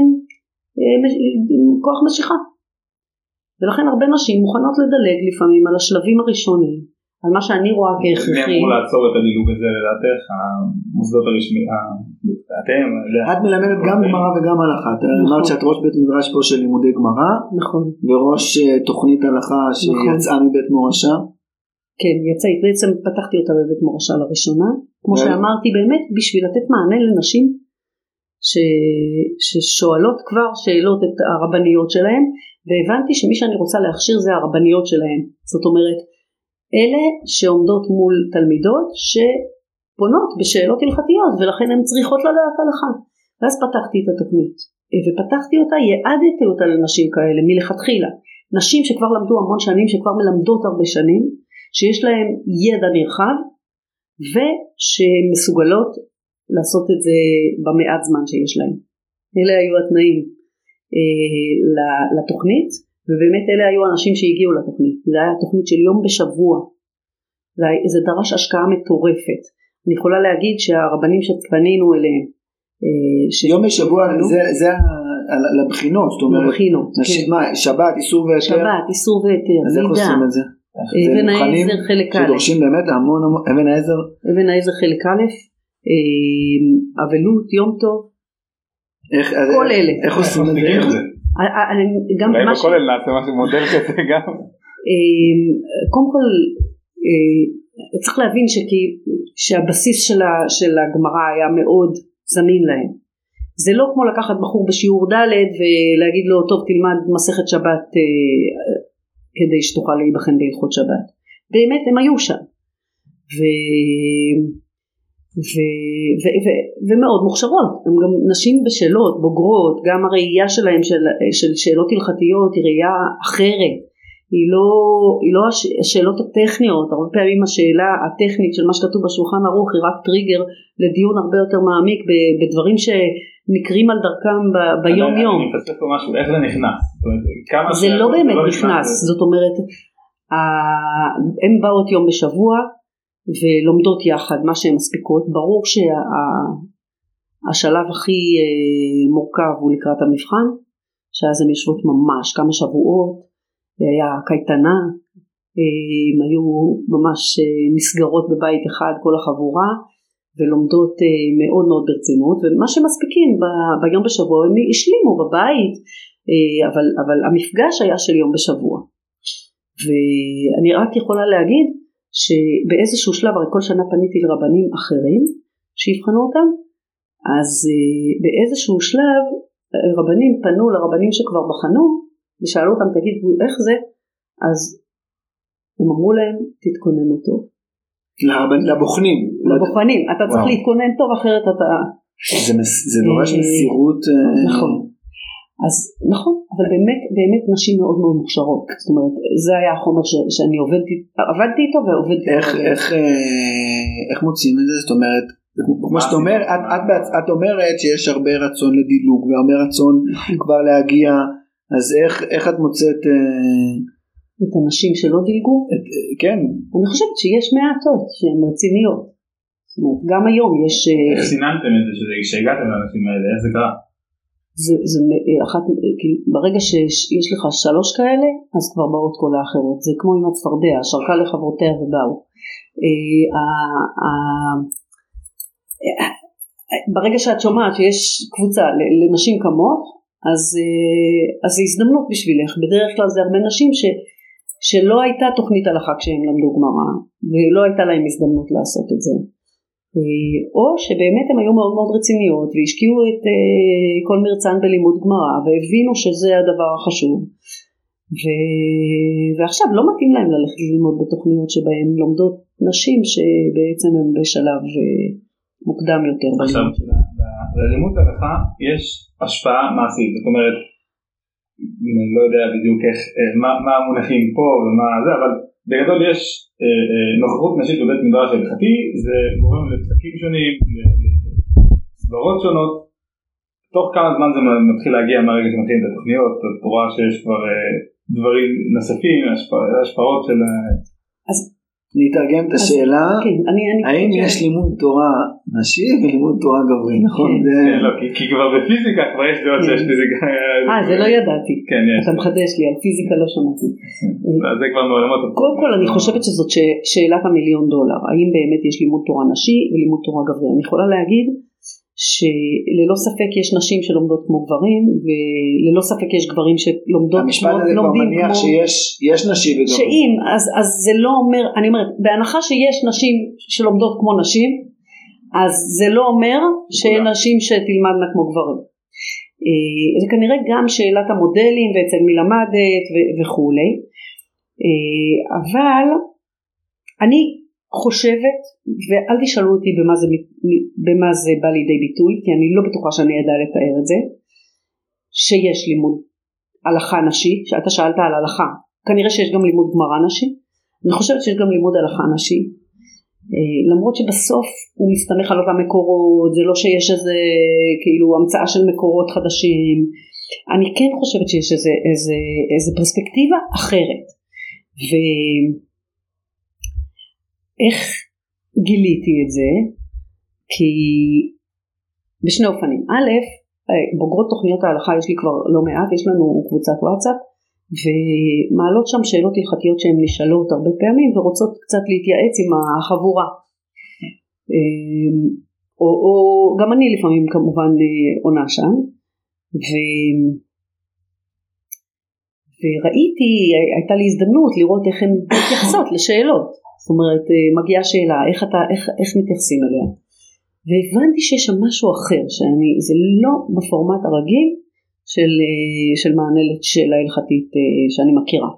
כוח משיכה, ולכן הרבה נשים מוכנות לדלג לפעמים על השלבים הראשונים, על מה שאני רואה כהכרחי. מי אמור לעצור את הדילוג הזה לדעתך, המוסדות הרשמיים, אתם? את מלמדת גם גמרא וגם הלכה, את אמרת שאת ראש בית מדרש פה של לימודי גמרא, נכון, וראש תוכנית הלכה שיצאה מבית מורשה. כן, יצאית, בעצם פתחתי אותה בבית מורשה לראשונה, כמו שאמרתי באמת בשביל לתת מענה לנשים ששואלות כבר שאלות את הרבניות שלהם, והבנתי שמי שאני רוצה להכשיר זה הרבניות שלהם, זאת אומרת אלה שעומדות מול תלמידות שפונות בשאלות הלכתיות ולכן הן צריכות לדעת הלכה, ואז פתחתי את התוכנית ופתחתי אותה, יעדתי אותה לנשים כאלה מלכתחילה, נשים שכבר למדו המון שנים, שכבר מלמדות הרבה שנים, שיש להם ידע נרחב ושמסוגלות לעשות את זה במעט זמן שיש להם. אלה היו התנאים לתוכנית, ובאמת אלה היו אנשים שהגיעו לתוכנית. זה היה תוכנית של יום בשבוע, זה דרש השקעה מטורפת. אני יכולה להגיד שהרבנים שפנינו אליהם, יום בשבוע זה לבחינות, זאת אומרת, לבחינות, כן. שבת, איסור והיתר, שבת, איסור והיתר, אז איך עושים את זה? אבן העזר חלק א', שדורשים באמת המון, אבן העזר חלק א', אבלות, יום טוב, כל אלה. איך עושים את זה? אולי בכולל נעשה משהו מודל כזה גם. קודם כל צריך להבין שהבסיס של הגמרא היה מאוד זמין להם. זה לא כמו לקחת בחור בשיעור ד' ולהגיד לו טוב תלמד מסכת שבת כדי שתוכל להיבחן בהלכות שבת. באמת הם היו שם ומאוד מוכשרות, הם גם נשים בשאלות בוגרות, גם הראייה שלהם של שאלות הלכתיות היא ראייה אחרת, היא לא השאלות הטכניות, הרבה פעמים השאלה הטכנית של מה שכתוב בשולחן ערוך היא רק טריגר לדיון הרבה יותר מעמיק בדברים שנקרים על דרכם ביום יום. אני מפספס פה משהו, איך זה נכנס? זה לא באמת נכנס, זאת אומרת הם באות יום בשבוע ולומדות יחד מה שהן מספיקות. ברור שהשלב הכי מורכב הוא לקראת המבחן, שאז הן יושבות ממש כמה שבועות, היה קייטנה, הן היו ממש מסגרות בבית אחד כל החבורה, ולומדות מאוד מאוד ברצינות, ומה שמספיקים ביום בשבוע הם השלימו בבית, אבל המפגש היה של יום בשבוע. ואני רק יכולה להגיד שבאיזשהו שלב, הרי כל שנה פניתי לרבנים אחרים שיבחנו אותם, אז באיזשהו שלב רבנים פנו לרבנים שכבר בחנו ושאלו אותם תגידו איך זה, אז הם אמרו להם תתכוננו טוב. לבוחנים, אתה צריך להתכונן טוב אחרת אתה... זה דורש מסירות. נכון. אז נכון, אבל באמת נשים מאוד מאוד מוכשרות, זאת אומרת, זה היה החומר שאני עבדתי איתו ועובדתי איתו. איך מוצאים את זה? זאת אומרת, כמו שאת אומרת, את אומרת שיש הרבה רצון לדילוג והרבה רצון כבר להגיע, אז איך את מוצאת את הנשים שלא דילגו? כן. אני חושבת שיש מעטות שהן רציניות, זאת אומרת, גם היום יש... איך סיננתם את זה שהגעתם לאנשים האלה, איך זה קרה? ברגע שיש לך 3 כאלה, אז כבר באות כל האחרות, זה כמו עם הצפרדע, שרקה לחברותיה ובאו. ברגע שאת שומעת שיש קבוצה לנשים כמוך, אז זה הזדמנות בשבילך. בדרך כלל זה הרבה נשים שלא הייתה תוכנית הלכה כשהם למדו גמרא, ולא הייתה להם הזדמנות לעשות את זה. או שבאמת הם היו מאוד מאוד רציניות והשקיעו את כל מרצן בלימוד גמרא והבינו שזה הדבר החשוב, ועכשיו לא מתאים להם ללכת ללמוד בתוכניות שבהם לומדות נשים שבעצם הם בשלב מוקדם יותר. עכשיו ללימוד הלכה יש השפעה מעשית, זאת אומרת אני לא יודע בדיוק מה המונחים פה ומה זה, אבל בגדול יש נוכחות נשית בבית מדרש הלכתי, זה גורם לפסקים שונים, לסברות שונות. תוך כמה זמן זה מתחיל להגיע מהרגע שמתחילים את התוכניות, את רואה שיש כבר דברים נוספים, השפעות של... אז נתרגם את השאלה, האם יש לימוד תורה נשי ולימוד תורה גברי, נכון? כן, לא, כי כבר בפיזיקה כבר יש דעות שיש פיזיקה. זה לא ידעתי, אתה מחדש לי, על פיזיקה לא שמעתי. זה כבר מעולמות. קודם כל אני חושבת שזאת שאלת $1,000,000, האם באמת יש לימוד תורה נשי ולימוד תורה גברי. אני יכולה להגיד שללא ספק יש נשים שלומדות כמו גברים, וללא ספק יש גברים שלומדות המשפט הזה כבר מניח שיש נשים וגברים. שאם, אז זה לא אומר, אני אומרת, בהנחה שיש נשים שלומדות כמו נשים, אז זה לא אומר שאין נשים שתלמדנה כמו גברים. זה כנראה גם שאלת המודלים ואצל מי למדת וכו'. אבל אני חושבת, ואל תשאלו אותי במה זה בא לידי ביטוי, כי אני לא בטוחה שאני ידע לתאר את זה, שיש לימוד הלכה נשי, שאתה שאלת על הלכה, כנראה שיש גם לימוד גמרא נשי, אני חושבת שיש גם לימוד הלכה נשי, למרות שבסוף הוא מסתמך על אותם מקורות, זה לא שיש איזה כאילו המצאה של מקורות חדשים, אני כן חושבת שיש איזה פרספקטיבה אחרת. ואיך גיליתי את זה? כי בשני אופנים. א', בוגרות תוכניות ההלכה יש לי כבר לא מעט, יש לנו קבוצת וואטסאפ, ומעלות שם שאלות הלכתיות שהן נשאלות הרבה פעמים ורוצות קצת להתייעץ עם החבורה, או גם אני לפעמים כמובן עונה שם, וראיתי, הייתה לי הזדמנות לראות איך הן מתייחסות לשאלות, זאת אומרת מגיעה שאלה איך מתייחסים אליה, והבנתי שיש שם משהו אחר, זה לא בפורמט הרגיל של מענה לשאלה הלכתית שאני מכירה,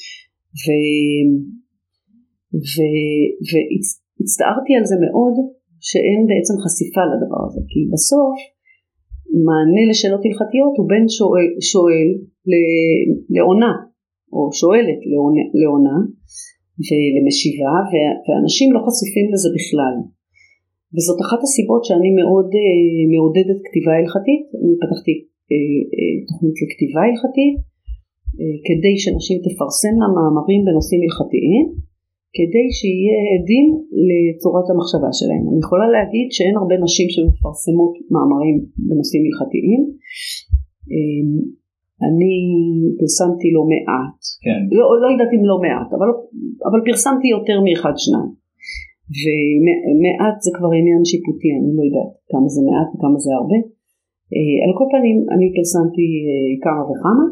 והצטערתי על זה מאוד שאין בעצם חשיפה לדבר הזה, כי בסוף מענה לשאלות הלכתיות הוא בין שואל לעונה, או שואלת לעונה ולמשיבה, ואנשים לא חשופים לזה בכלל, וזאת אחת הסיבות שאני מאוד מעודדת כתיבה הלכתית. אני פתחתי תוכנית לכתיבה הלכתית, כדי שנשים תפרסמנה מאמרים בנושאים הלכתיים, כדי שיהיה עדים לצורת המחשבה שלהם. אני יכולה להגיד שאין הרבה נשים שמפרסמות מאמרים בנושאים הלכתיים, אני פרסמתי לא מעט, כן. לא יודעת אם לא מעט, אבל פרסמתי יותר מאחד שניים, ומעט זה כבר עניין שיפוטי, אני לא יודעת כמה זה מעט וכמה זה הרבה. על כל פנים אני פרסמתי כמה וכמה,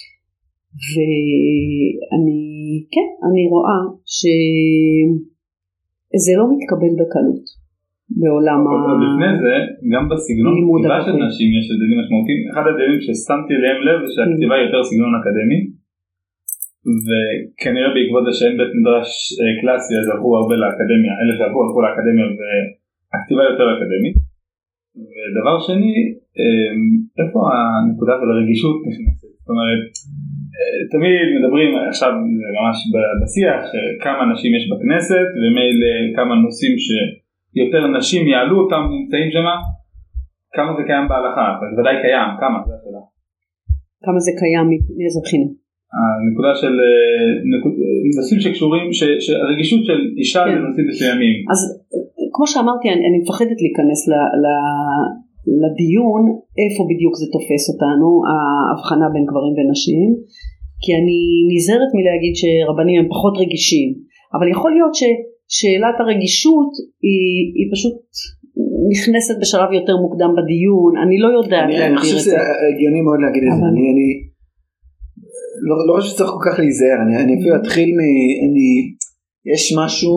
ואני רואה שזה לא מתקבל בקלות בעולם לפני זה, גם בסגנון כתיבה של נשים יש הבדלים משמעותיים. אחד ההבדלים ששמתי להם לב זה שהכתיבה היא יותר סגנון אקדמי, וכנראה בעקבות זה שאין בית מדרש קלאסי אז הלכו הרבה לאקדמיה, אלה שהלכו לאקדמיה והכתיבה יותר אקדמית. ודבר שני, איפה הנקודה של הרגישות נכנסת? זאת אומרת, תמיד מדברים עכשיו ממש בשיח כמה נשים יש בכנסת, ומילא כמה נושאים שיותר נשים יעלו אותם נמצאים שם, כמה זה קיים בהלכה? זה ודאי קיים, כמה? זה השאלה. כמה זה קיים מאיזה בחינה? הנקודה של נושאים שקשורים, הרגישות של אישה לנושאים מסוימים. אז כמו שאמרתי, אני מפחדת להיכנס לדיון איפה בדיוק זה תופס אותנו, ההבחנה בין גברים ונשים, כי אני נזהרת מלהגיד שרבנים הם פחות רגישים, אבל יכול להיות ששאלת הרגישות היא פשוט נכנסת בשלב יותר מוקדם בדיון, אני לא יודעת להגדיר את זה. אני חושב שזה הגיוני מאוד להגיד את זה, אני לא חושב שצריך כל כך להיזהר, אני אפילו אתחיל יש משהו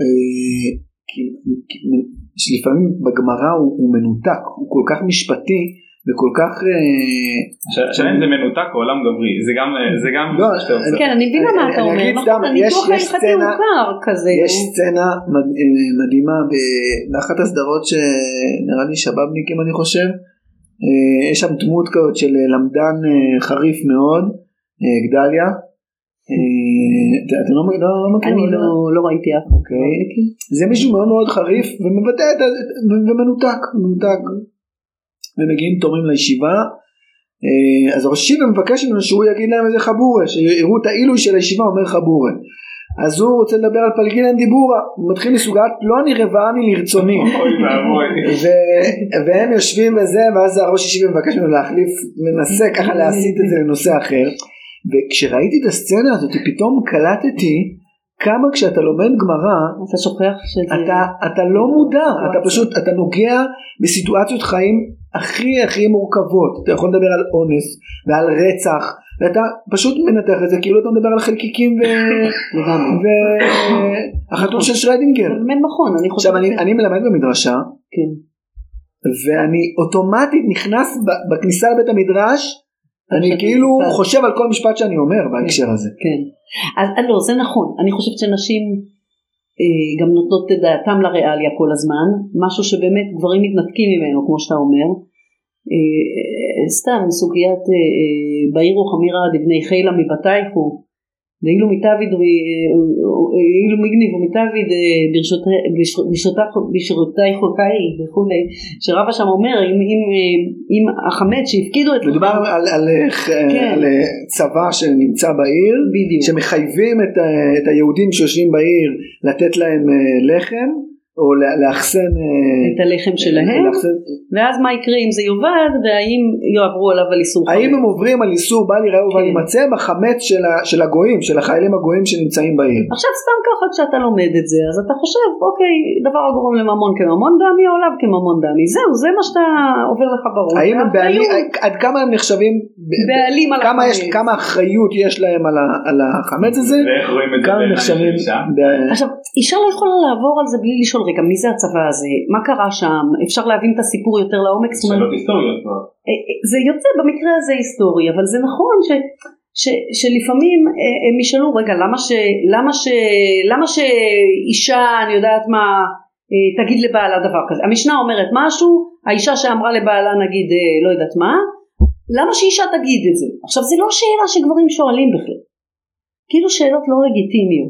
שלפעמים בגמרא הוא מנותק, הוא כל כך משפטי וכל כך השאלה אם זה מנותק או עולם גברי, זה גם כן, אני מבינה מה אתה אומר, הניתוח ההלכתי מוכר כזה. יש סצנה מדהימה באחת הסדרות שנראה לי שבאבניקים אני חושב, יש שם דמות כזאת של למדן חריף מאוד, גדליה, אתה לא מכיר? אני לא ראיתי אף אחד. זה מישהו מאוד מאוד חריף ומבטא ומנותק, ומגיעים תורמים לישיבה, אז הראש ישיבה מבקש ממנו שהוא יגיד להם איזה חבורה, שיראו את העילוי של הישיבה אומר חבורה, אז הוא רוצה לדבר על פלגינן דיבורה, הוא מתחיל מסוגת פלוני רבעני לרצוני, והם יושבים וזה, ואז הראש ישיבה מבקש ממנו להחליף, מנסה ככה להסיט את זה לנושא אחר, וכשראיתי את הסצנה הזאת פתאום קלטתי כמה כשאתה לומד גמרא אתה שוכח אתה לא מודע, אתה פשוט אתה נוגע בסיטואציות חיים הכי מורכבות, אתה יכול לדבר על אונס ועל רצח ואתה פשוט מנתח את זה כאילו אתה מדבר על חלקיקים והחתול של שרדינגר. נכון, עכשיו אני מלמד במדרשה ואני אוטומטית נכנס בכניסה לבית המדרש, אני כאילו חושב על כל משפט שאני אומר בהקשר הזה. כן, אז לא, זה נכון, אני חושבת שנשים גם נותנות את דעתם לריאליה כל הזמן, משהו שבאמת גברים מתנתקים ממנו כמו שאתה אומר, סתם סוגיית בעירו חמירה דבני חילה מבתייכו, ואילו מתאביד אילו מגניב ומתאביד בשרותי חוקאי וכולי, שרבא שם אומר אם החמץ שהפקידו את מדובר על צבא שנמצא בעיר שמחייבים את היהודים שיושבים בעיר לתת להם לחם או לאחסן את הלחם שלהם, ואז מה יקרה אם זה יובד, והאם יעברו עליו על איסור חמץ, האם הם עוברים על איסור בל יראה ובל יימצא בחמץ של הגויים, של החיילים הגויים שנמצאים בעיר. עכשיו סתם ככה כשאתה לומד את זה, אז אתה חושב אוקיי, דבר הגורם לממון כממון דמי או עליו כממון דמי, זהו, זה מה שאתה עובר לך ברור. האם הם בעלים, עד כמה הם נחשבים בעלים על החמץ, כמה אחריות יש להם על החמץ הזה, כמה הם נחשבים. עכשיו אישה לא יכולה לעבור על זה בלי לשאול רגע מי זה הצבא הזה, מה קרה שם, אפשר להבין את הסיפור יותר לעומק, שאלות היסטוריות כבר. זה יוצא במקרה הזה היסטורי, אבל זה נכון שלפעמים הם ישאלו רגע למה שאישה אני יודעת מה תגיד לבעלה דבר כזה, המשנה אומרת משהו, האישה שאמרה לבעלה נגיד לא יודעת מה, למה שאישה תגיד את זה? עכשיו זה לא שאלה שגברים שואלים בכלל, כאילו שאלות לא לגיטימיות.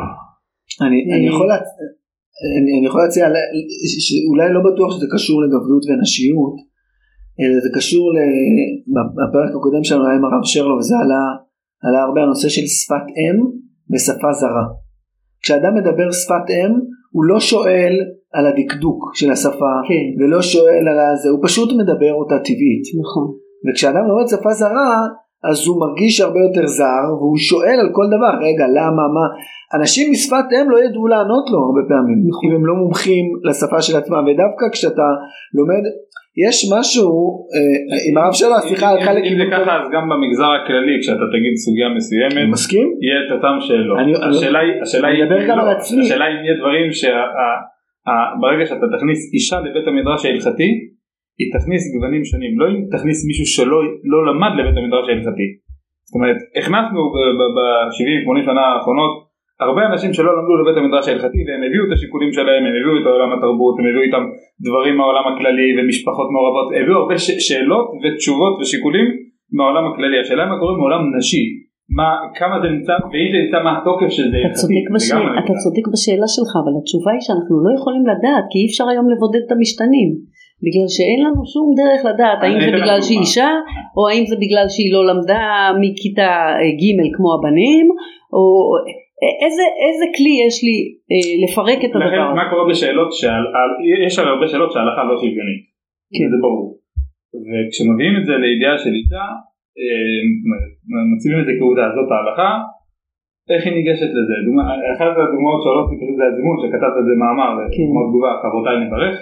אני יכול להציע, אולי לא בטוח שזה קשור לגבריות ונשיות, אלא זה קשור בפרק הקודם שלנו עם הרב שרלו, וזה עלה הרבה הנושא של שפת אם ושפה זרה. כשאדם מדבר שפת אם, הוא לא שואל על הדקדוק של השפה, ולא שואל על זה, הוא פשוט מדבר אותה טבעית. נכון. וכשאדם לומד שפה זרה, אז הוא מרגיש הרבה יותר זר, והוא שואל על כל דבר, רגע, למה, מה, אנשים משפת הם לא ידעו לענות לו הרבה פעמים, אם הם לא מומחים לשפה של עצמם, ודווקא כשאתה לומד, יש משהו, עם הרב שלו, סליחה על חלק, אם זה ככה, אז גם במגזר הכללי, כשאתה תגיד סוגיה מסוימת, מסכים? יהיה את אותם שאלות, השאלה אם יהיה דברים שברגע שאתה תכניס אישה לבית המדרש ההלכתי, היא תכניס גוונים שונים, לא אם תכניס מישהו שלא למד לבית המדרש ההלכתי. זאת אומרת, הכנסנו ב-70-80 שנה האחרונות הרבה אנשים שלא למדו לבית המדרש ההלכתי והם הביאו את השיקולים שלהם, הם הביאו את עולם התרבות, הם הביאו איתם דברים מהעולם הכללי ומשפחות מעורבות, הביאו הרבה שאלות ותשובות ושיקולים מהעולם הכללי. השאלה מה קורה מעולם נשי, כמה זה נמצא, ואם זה נמצא מה התוקף של זה הלכתי. אתה צודק בשאלה שלך, אבל התשובה היא שאנחנו לא יכולים לדעת, כי אי אפשר היום לבודד את המשתנים, בגלל שאין לנו שום דרך לדעת האם זה בגלל שהיא אישה, או האם זה בגלל שהיא לא למדה מכיתה ג' כמו הבנים, או איזה כלי יש לי לפרק את הדבר הזה. מה קורה בשאלות, יש הרבה שאלות שההלכה לא שוויונית, זה ברור, וכשמביאים את זה לידיעה של אישה, מציבים את זה כעובדה, זאת ההלכה, איך היא ניגשת לזה? אחת הדוגמאות שעולות זה הזימון שכתבת את זה מאמר, כמו תגובה, חברותיי נברך,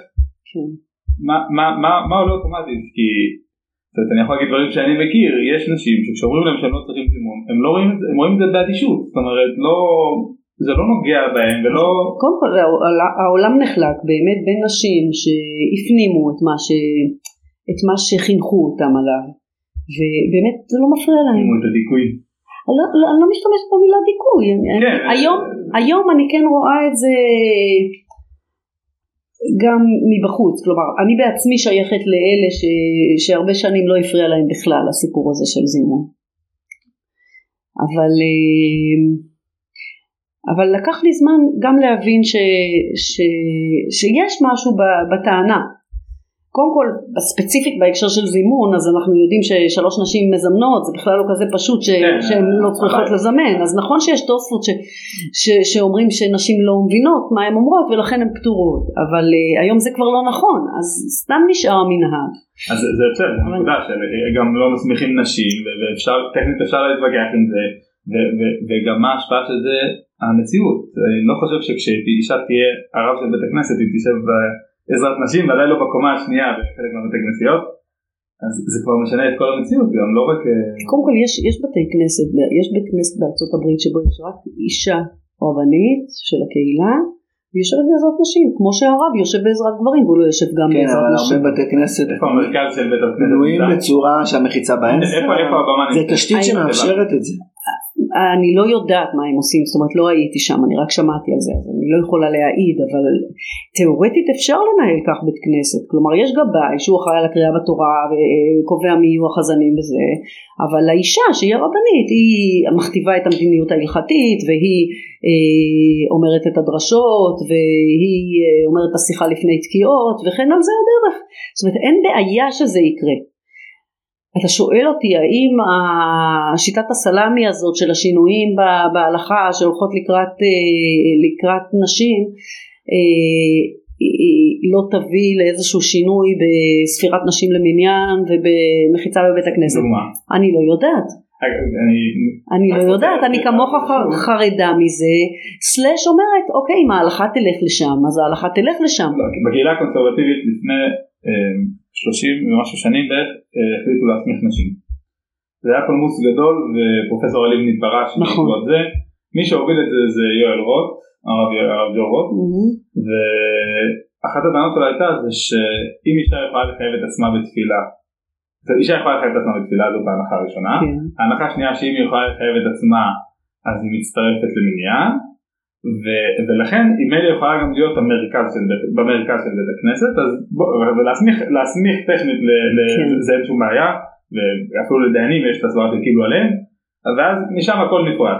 מה עולה אוטומטית? כי אני יכול להגיד דברים שאני מכיר, יש נשים שכשאומרים להם שהם לא צריכים זימון, הם רואים את זה באדישות, זאת אומרת, זה לא נוגע בהם ולא... קודם כל, העולם נחלק באמת בין נשים שהפנימו את מה שחינכו אותם עליו, ובאמת זה לא מפריע להם. את הדיכוי. אני לא משתמשת במילה דיכוי, היום אני כן רואה את זה גם מבחוץ, כלומר אני בעצמי שייכת לאלה שהרבה שנים לא הפריע להם בכלל הסיפור הזה של זימון, אבל לקח לי זמן גם להבין שיש משהו בטענה. קודם כל, ספציפית בהקשר של זימון, אז אנחנו יודעים ששלוש נשים מזמנות, זה בכלל לא כזה פשוט שהן לא צריכות לזמן, אז נכון שיש תוספות שאומרים שנשים לא מבינות מה הן אומרות, ולכן הן פטורות, אבל היום זה כבר לא נכון, אז סתם נשאר המנהג. אז זה בסדר, זה נקודה שגם לא מסמיכים נשים, וטכנית אפשר להתווכח עם זה, וגם מה ההשפעה של זה, המציאות. אני לא חושב שכשאישה תהיה הרב של בית הכנסת, היא תשב עזרת נשים, ודאי לא בקומה השנייה בחלק מהבתי כנסיות, אז זה כבר משנה את כל המציאות, גם לא רק... קודם כל יש בתי כנסת, יש בית כנסת בארצות הברית שבו יש רק אישה רבנית של הקהילה, ויושבת בעזרת נשים, כמו שהרב יושב בעזרת גברים, והוא לא יושב גם בעזרת נשים. כן, אבל הרבה בתי כנסת איפה המרכז של בית הכנסת? בנויים בצורה שהמחיצה באמצע. איפה הבמה נמצאת? זה תשתית שמאפשרת את זה. אני לא יודעת מה הם עושים, זאת אומרת לא הייתי שם, אני רק שמעתי על זה, אז אני לא יכולה להעיד, אבל תיאורטית אפשר לנהל כך בית כנסת, כלומר יש גבאי שהוא אחראי על הקריאה בתורה וקובע מי יהיו החזנים בזה, אבל האישה שהיא הרבנית היא מכתיבה את המדיניות ההלכתית, והיא אומרת את הדרשות, והיא אומרת את השיחה לפני תקיעות, וכן על זה הדרך. זאת אומרת אין בעיה שזה יקרה. אתה שואל אותי האם שיטת הסלמי הזאת של השינויים בהלכה שהולכות לקראת נשים לא תביא לאיזשהו שינוי בספירת נשים למניין ובמחיצה בבית הכנסת? אני לא יודעת. אני כמוך חרדה מזה, סלש אומרת אוקיי, אם ההלכה תלך לשם אז ההלכה תלך לשם. בקהילה הקונסרבטיבית לפני 30 ומשהו שנים בערך החליטו להסמיך נשים. זה היה פולמוס גדול ופרופסור אליב נתפרש בעקבות זה. מי שהוביל את זה זה יואל רוט, הרב ג'ו רוט, ואחת הטענות שלו הייתה זה שאם אישה יכולה לחייב את עצמה בתפילה, אישה יכולה לחייב את עצמה בתפילה, זאת ההנחה הראשונה. ההנחה השנייה שאם היא יכולה לחייב את עצמה אז היא מצטרפת למניין, ולכן היא מילא יכולה גם להיות במרכז של בית הכנסת, ולהסמיך טכנית זה איזשהו בעיה, ואפילו לדיינים יש את הסברה שקיבלו עליהם, ואז משם הכל נפרץ.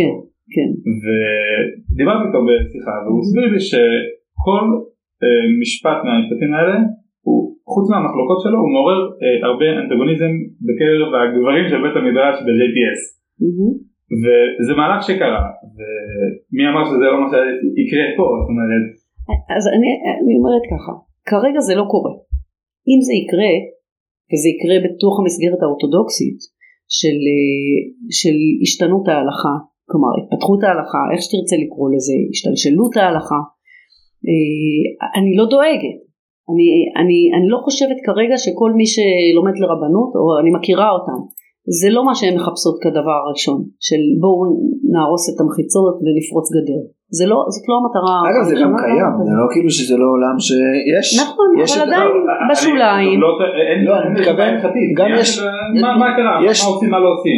ודיברתי איתו בשיחה, והוא הסביר לי שכל משפט מהמשפטים האלה, חוץ מהמחלוקות שלו, הוא מעורר הרבה אנטגוניזם בקרב הגברים של בית המדרש ב-JTS. וזה מהלך שקרה, ומי אמר שזה לא מה שיקרה פה, זאת אומרת. אז אני אומרת ככה, כרגע זה לא קורה. אם זה יקרה, וזה יקרה בתוך המסגרת האורתודוקסית של השתנות ההלכה, כלומר התפתחות ההלכה, איך שתרצה לקרוא לזה, השתלשלות ההלכה, אני לא דואגת. אני לא חושבת כרגע שכל מי שלומד לרבנות, או אני מכירה אותם, זה לא מה שהן מחפשות כדבר הראשון, של בואו נהרוס את המחיצות ונפרוץ גדר. זאת לא המטרה. אגב זה גם קיים, זה לא כאילו שזה לא עולם שיש. נכון, אבל עדיין בשוליים. לא, אני מתכוון, גם יש. מה קרה? מה עושים, מה לא עושים?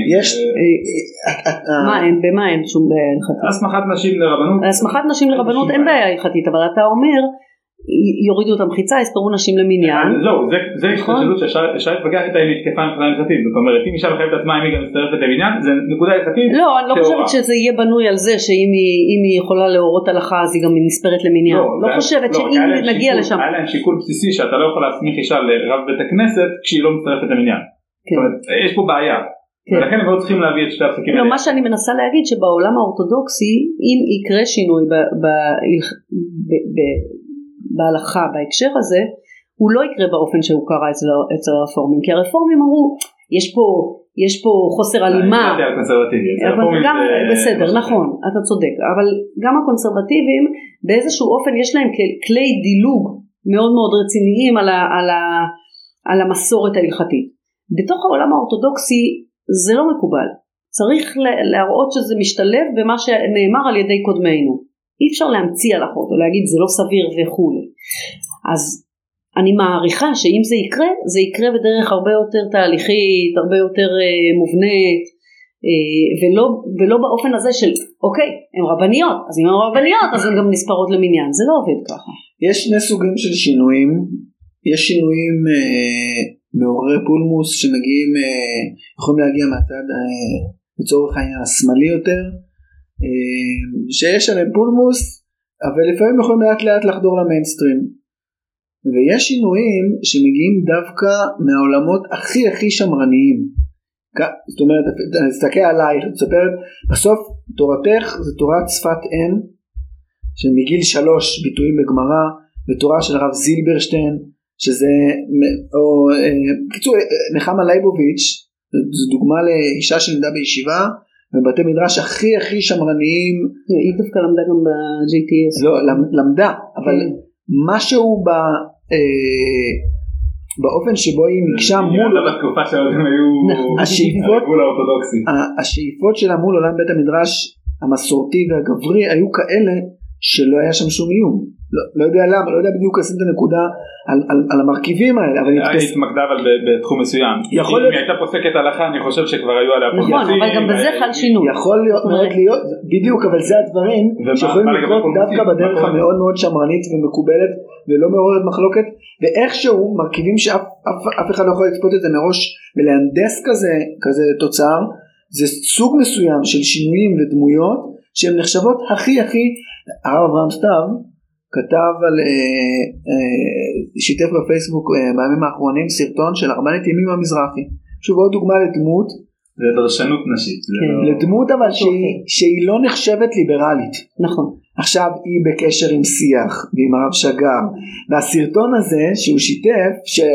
במה אין שום בעיה הלכתית? הסמכת נשים לרבנות. הסמכת נשים לרבנות אין בעיה הלכתית, אבל אתה אומר, יורידו את המחיצה, יספרו נשים למניין. זהו, זה השתלשלות שאפשר להתווכח איתה אם היא תקפה מבחינה הלכתית. זאת אומרת, אם אישה מחייבת עצמה, אם היא גם מצטרפת למניין, זה נקודה הלכתית. לא, אני לא חושבת שזה יהיה בנוי על זה, שאם היא יכולה להורות הלכה, אז היא גם נספרת למניין. לא חושבת שאם נגיע לשם. היה להם שיקול בסיסי שאתה לא יכול להסמיך אישה לרב בית הכנסת, כשהיא לא מצטרפת למניין. זאת אומרת, יש פה בעיה. ולכן הם לא צריכים להביא את שתי הפסקים. מה שאני מנסה להגיד, שבעולם האורתודוקסי, אם יקרה שינוי בהלכה בהקשר הזה, הוא לא יקרה באופן שהוא קרה אצל הרפורמים, כי הרפורמים אמרו, יש פה חוסר הלימה, בסדר, נכון, אתה צודק, אבל גם הקונסרבטיבים באיזשהו אופן יש להם כלי דילוג מאוד מאוד רציניים על המסורת ההלכתית. בתוך העולם האורתודוקסי זה לא מקובל, צריך להראות שזה משתלב במה שנאמר על ידי קודמינו. אי אפשר להמציא הלכות או להגיד זה לא סביר וכו'. אז אני מעריכה שאם זה יקרה בדרך הרבה יותר תהליכית, הרבה יותר מובנית, ולא באופן הזה של אוקיי, הן רבניות, אז אם הן רבניות אז הן גם נספרות למניין, זה לא עובד ככה. יש שני סוגים של שינויים, יש שינויים מעוררי פולמוס שמגיעים, יכולים להגיע מהצד לצורך העניין השמאלי יותר, שיש עליהם פולמוס, אבל לפעמים יכולים לאט לאט לחדור למיינסטרים. ויש שינויים שמגיעים דווקא מהעולמות הכי הכי שמרניים. זאת אומרת, תסתכל עלייך, תספרת, בסוף תורתך זה תורת שפת אם, שמגיל 3 ביטויים בגמרא, ותורה של הרב זילברשטיין, שזה, או קיצור, נחמה לייבוביץ', זו דוגמה לאישה שנדע בישיבה, ובתי מדרש הכי הכי שמרניים. היא דווקא למדה גם ב-JTS. לא, למדה, אבל משהו באופן שבו היא נקשה מול, בתקופה שלהם היו השאיפות שלה מול עולם בית המדרש המסורתי והגברי היו כאלה שלא היה שם שום איום. לא יודע למה, לא יודע בדיוק לשים את הנקודה על המרכיבים האלה, אבל היא התמקדה בתחום מסוים. אם היא הייתה פוסקת הלכה, אני חושב שכבר היו עליה פוסקים. נכון, אבל גם בזה חל שינוי. יכול להיות, בדיוק, אבל זה הדברים שיכולים לקרות דווקא בדרך המאוד מאוד שמרנית ומקובלת ולא מעוררת מחלוקת, ואיכשהו מרכיבים שאף אחד לא יכול לצפות את זה מראש ולהנדס כזה תוצר, זה סוג מסוים של שינויים ודמויות שהן נחשבות הכי הרב אברהם סתיו כתב על, שיתף בפייסבוק בימים האחרונים סרטון של הרבנית ימימה המזרחי, שוב עוד דוגמה לדמות, זה דרשנות נשית, לדמות אבל שהיא לא נחשבת ליברלית. נכון. עכשיו היא בקשר עם שיח ועם הרב שגר, והסרטון הזה שהוא שיתף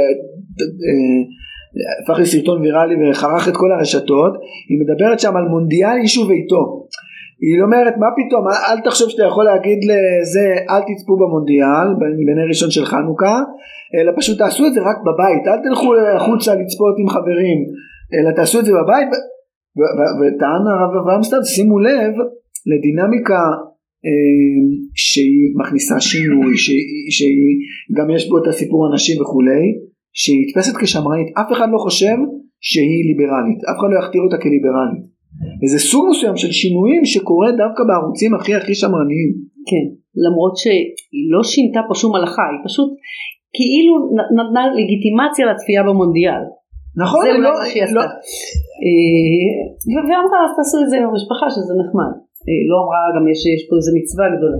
הפך לסרטון ויראלי וחרך את כל הרשתות, היא מדברת שם על מונדיאל יישוב ביתו. היא אומרת מה פתאום, אל תחשוב שאתה יכול להגיד לזה אל תצפו במונדיאל בני ראשון של חנוכה, אלא פשוט תעשו את זה רק בבית, אל תלכו החוצה לצפות עם חברים, אלא תעשו את זה בבית. וטען הרב אברהם סתיו, שימו לב לדינמיקה שהיא מכניסה שינוי, שגם יש בו את הסיפור הנשים וכולי, שהיא נתפסת כשמרנית. אף אחד לא חושב שהיא ליברלית, אף אחד לא יכתיר אותה כליברלית, וזה סוג מסוים של שינויים שקורה דווקא בערוצים הכי שמרניים. כן, למרות שהיא לא שינתה פה שום הלכה, היא פשוט כאילו נתנה לגיטימציה לצפייה במונדיאל. נכון, זה לא מה שהיא עשתה. ואמרה אז תעשו את זה עם המשפחה שזה נחמד, לא אמרה גם יש פה איזה מצווה גדולה.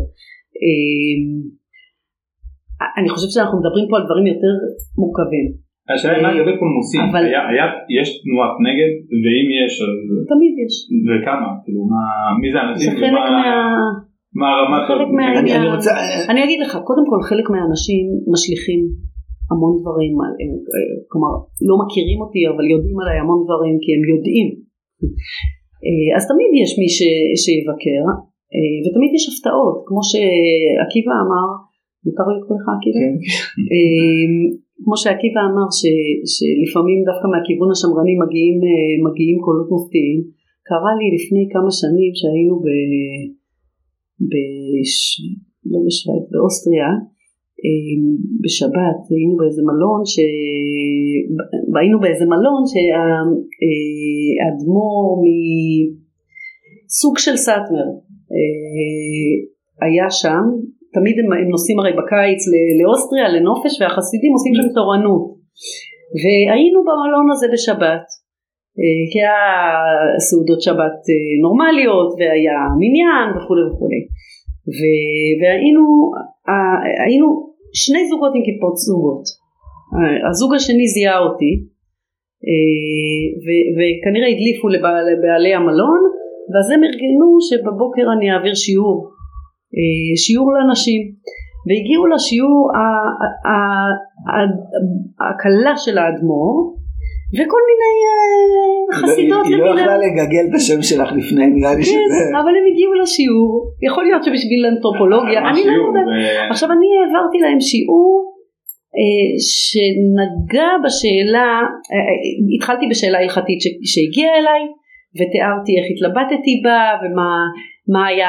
אני חושבת שאנחנו מדברים פה על דברים יותר מורכבים. השאלה היא מה לגבי פולמוסים, יש תנועת נגד, ואם יש, תמיד יש. וכמה, כאילו, מי זה אנשים, זה חלק מה הרמת, אני אגיד לך, קודם כל חלק מהאנשים משליכים המון דברים, כלומר, לא מכירים אותי, אבל יודעים עליי המון דברים, כי הם יודעים. אז תמיד יש מי שיבקר, ותמיד יש הפתעות, כמו שעקיבא אמר, מותר לקרוא לך עקיבא? כמו שעקיבא אמר שלפעמים דווקא מהכיוון השמרני מגיעים קולות מופתיים. קרה לי לפני כמה שנים שהיינו לא בשוויץ, באוסטריה, בשבת היינו באיזה מלון שהאדמו"ר מסוג של סאטמר היה שם. תמיד הם נוסעים הרי בקיץ לאוסטריה לנופש, והחסידים עושים שם תורנות, והיינו במלון הזה בשבת, כי היה סעודות שבת נורמליות והיה מניין וכו' וכו', והיינו שני זוגות עם כיפות סרוגות. הזוג השני זיהה אותי, וכנראה הדליפו לבעלי המלון, ואז הם ארגנו שבבוקר אני אעביר שיעור לאנשים, והגיעו לשיעור הקלה של האדמו"ר וכל מיני חסידות. היא לא יכלה לגגל את השם שלך לפני, נראה לי שזה... אבל הם הגיעו לשיעור, יכול להיות שבשביל אנתרופולוגיה, אני לא יודעת. עכשיו אני העברתי להם שיעור שנגע בשאלה, התחלתי בשאלה הלכתית שהגיעה אליי, ותיארתי איך התלבטתי בה ומה היה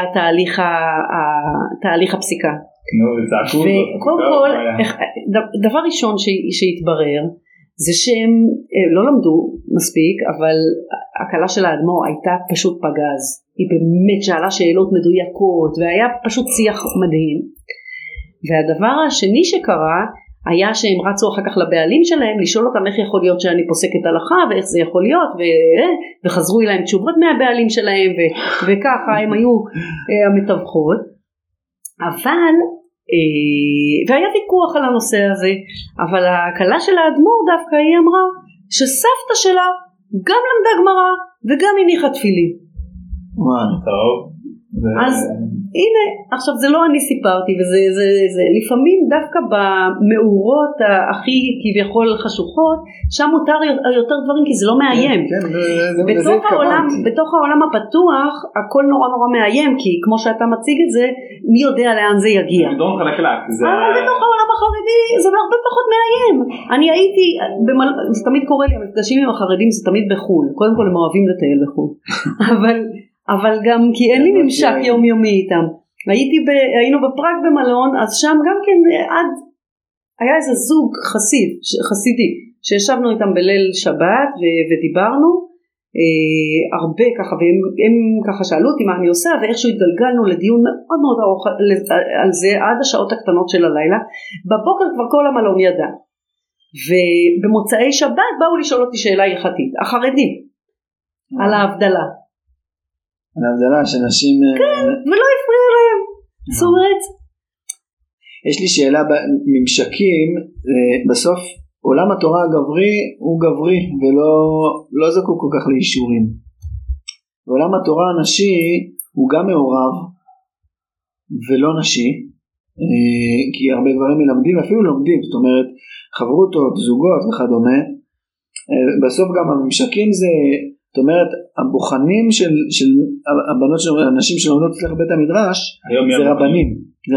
תהליך הפסיקה. וקודם כל, דבר ראשון שהתברר זה שהם לא למדו מספיק, אבל הקלה של האדמו"ר הייתה פשוט פגז, היא באמת שאלה שאלות מדויקות והיה פשוט שיח מדהים. והדבר השני שקרה היה שהם רצו אחר כך לבעלים שלהם לשאול אותם איך יכול להיות שאני פוסקת הלכה ואיך זה יכול להיות, וחזרו אליהם תשובות מהבעלים שלהם, וככה הם היו המתווכות. אבל והיה ויכוח על הנושא הזה, אבל הקלה של האדמו"ר דווקא היא אמרה שסבתא שלה גם למדה גמרא וגם הניחה תפילין. טוב. אז הנה, עכשיו זה לא אני סיפרתי, וזה לפעמים דווקא במאורות הכי כביכול חשוכות, שם מותר יותר דברים כי זה לא מאיים. בתוך העולם הפתוח הכל נורא נורא מאיים, כי כמו שאתה מציג את זה, מי יודע לאן זה יגיע. אבל בתוך העולם החרדי זה הרבה פחות מאיים. אני הייתי, זה תמיד קורה לי, המפגשים עם החרדים זה תמיד בחול, קודם כל הם אוהבים לטייל בחול, אבל גם כי אין לי ממשק יומיומי איתם. היינו בפראג במלון, אז שם גם כן היה איזה זוג חסידי שישבנו איתם בליל שבת ודיברנו הרבה ככה, והם ככה שאלו אותי מה אני עושה, ואיכשהו התגלגלנו לדיון מאוד מאוד ארוך על זה עד השעות הקטנות של הלילה. בבוקר כבר כל המלון ידע, ובמוצאי שבת באו לשאול אותי שאלה הלכתית, החרדים, על ההבדלה. להבדלה שנשים... כן, ולא הפריע להם. זאת אומרת, יש לי שאלה בממשקים, בסוף עולם התורה הגברי הוא גברי ולא זקוק כל כך לאישורים. ועולם התורה הנשי הוא גם מעורב ולא נשי, כי הרבה גברים מלמדים אפילו לומדים, זאת אומרת חברותות, זוגות וכדומה. בסוף גם הממשקים זה... זאת אומרת, הבוחנים של הבנות של הנשים שלומדות אצלך בית המדרש, זה רבנים,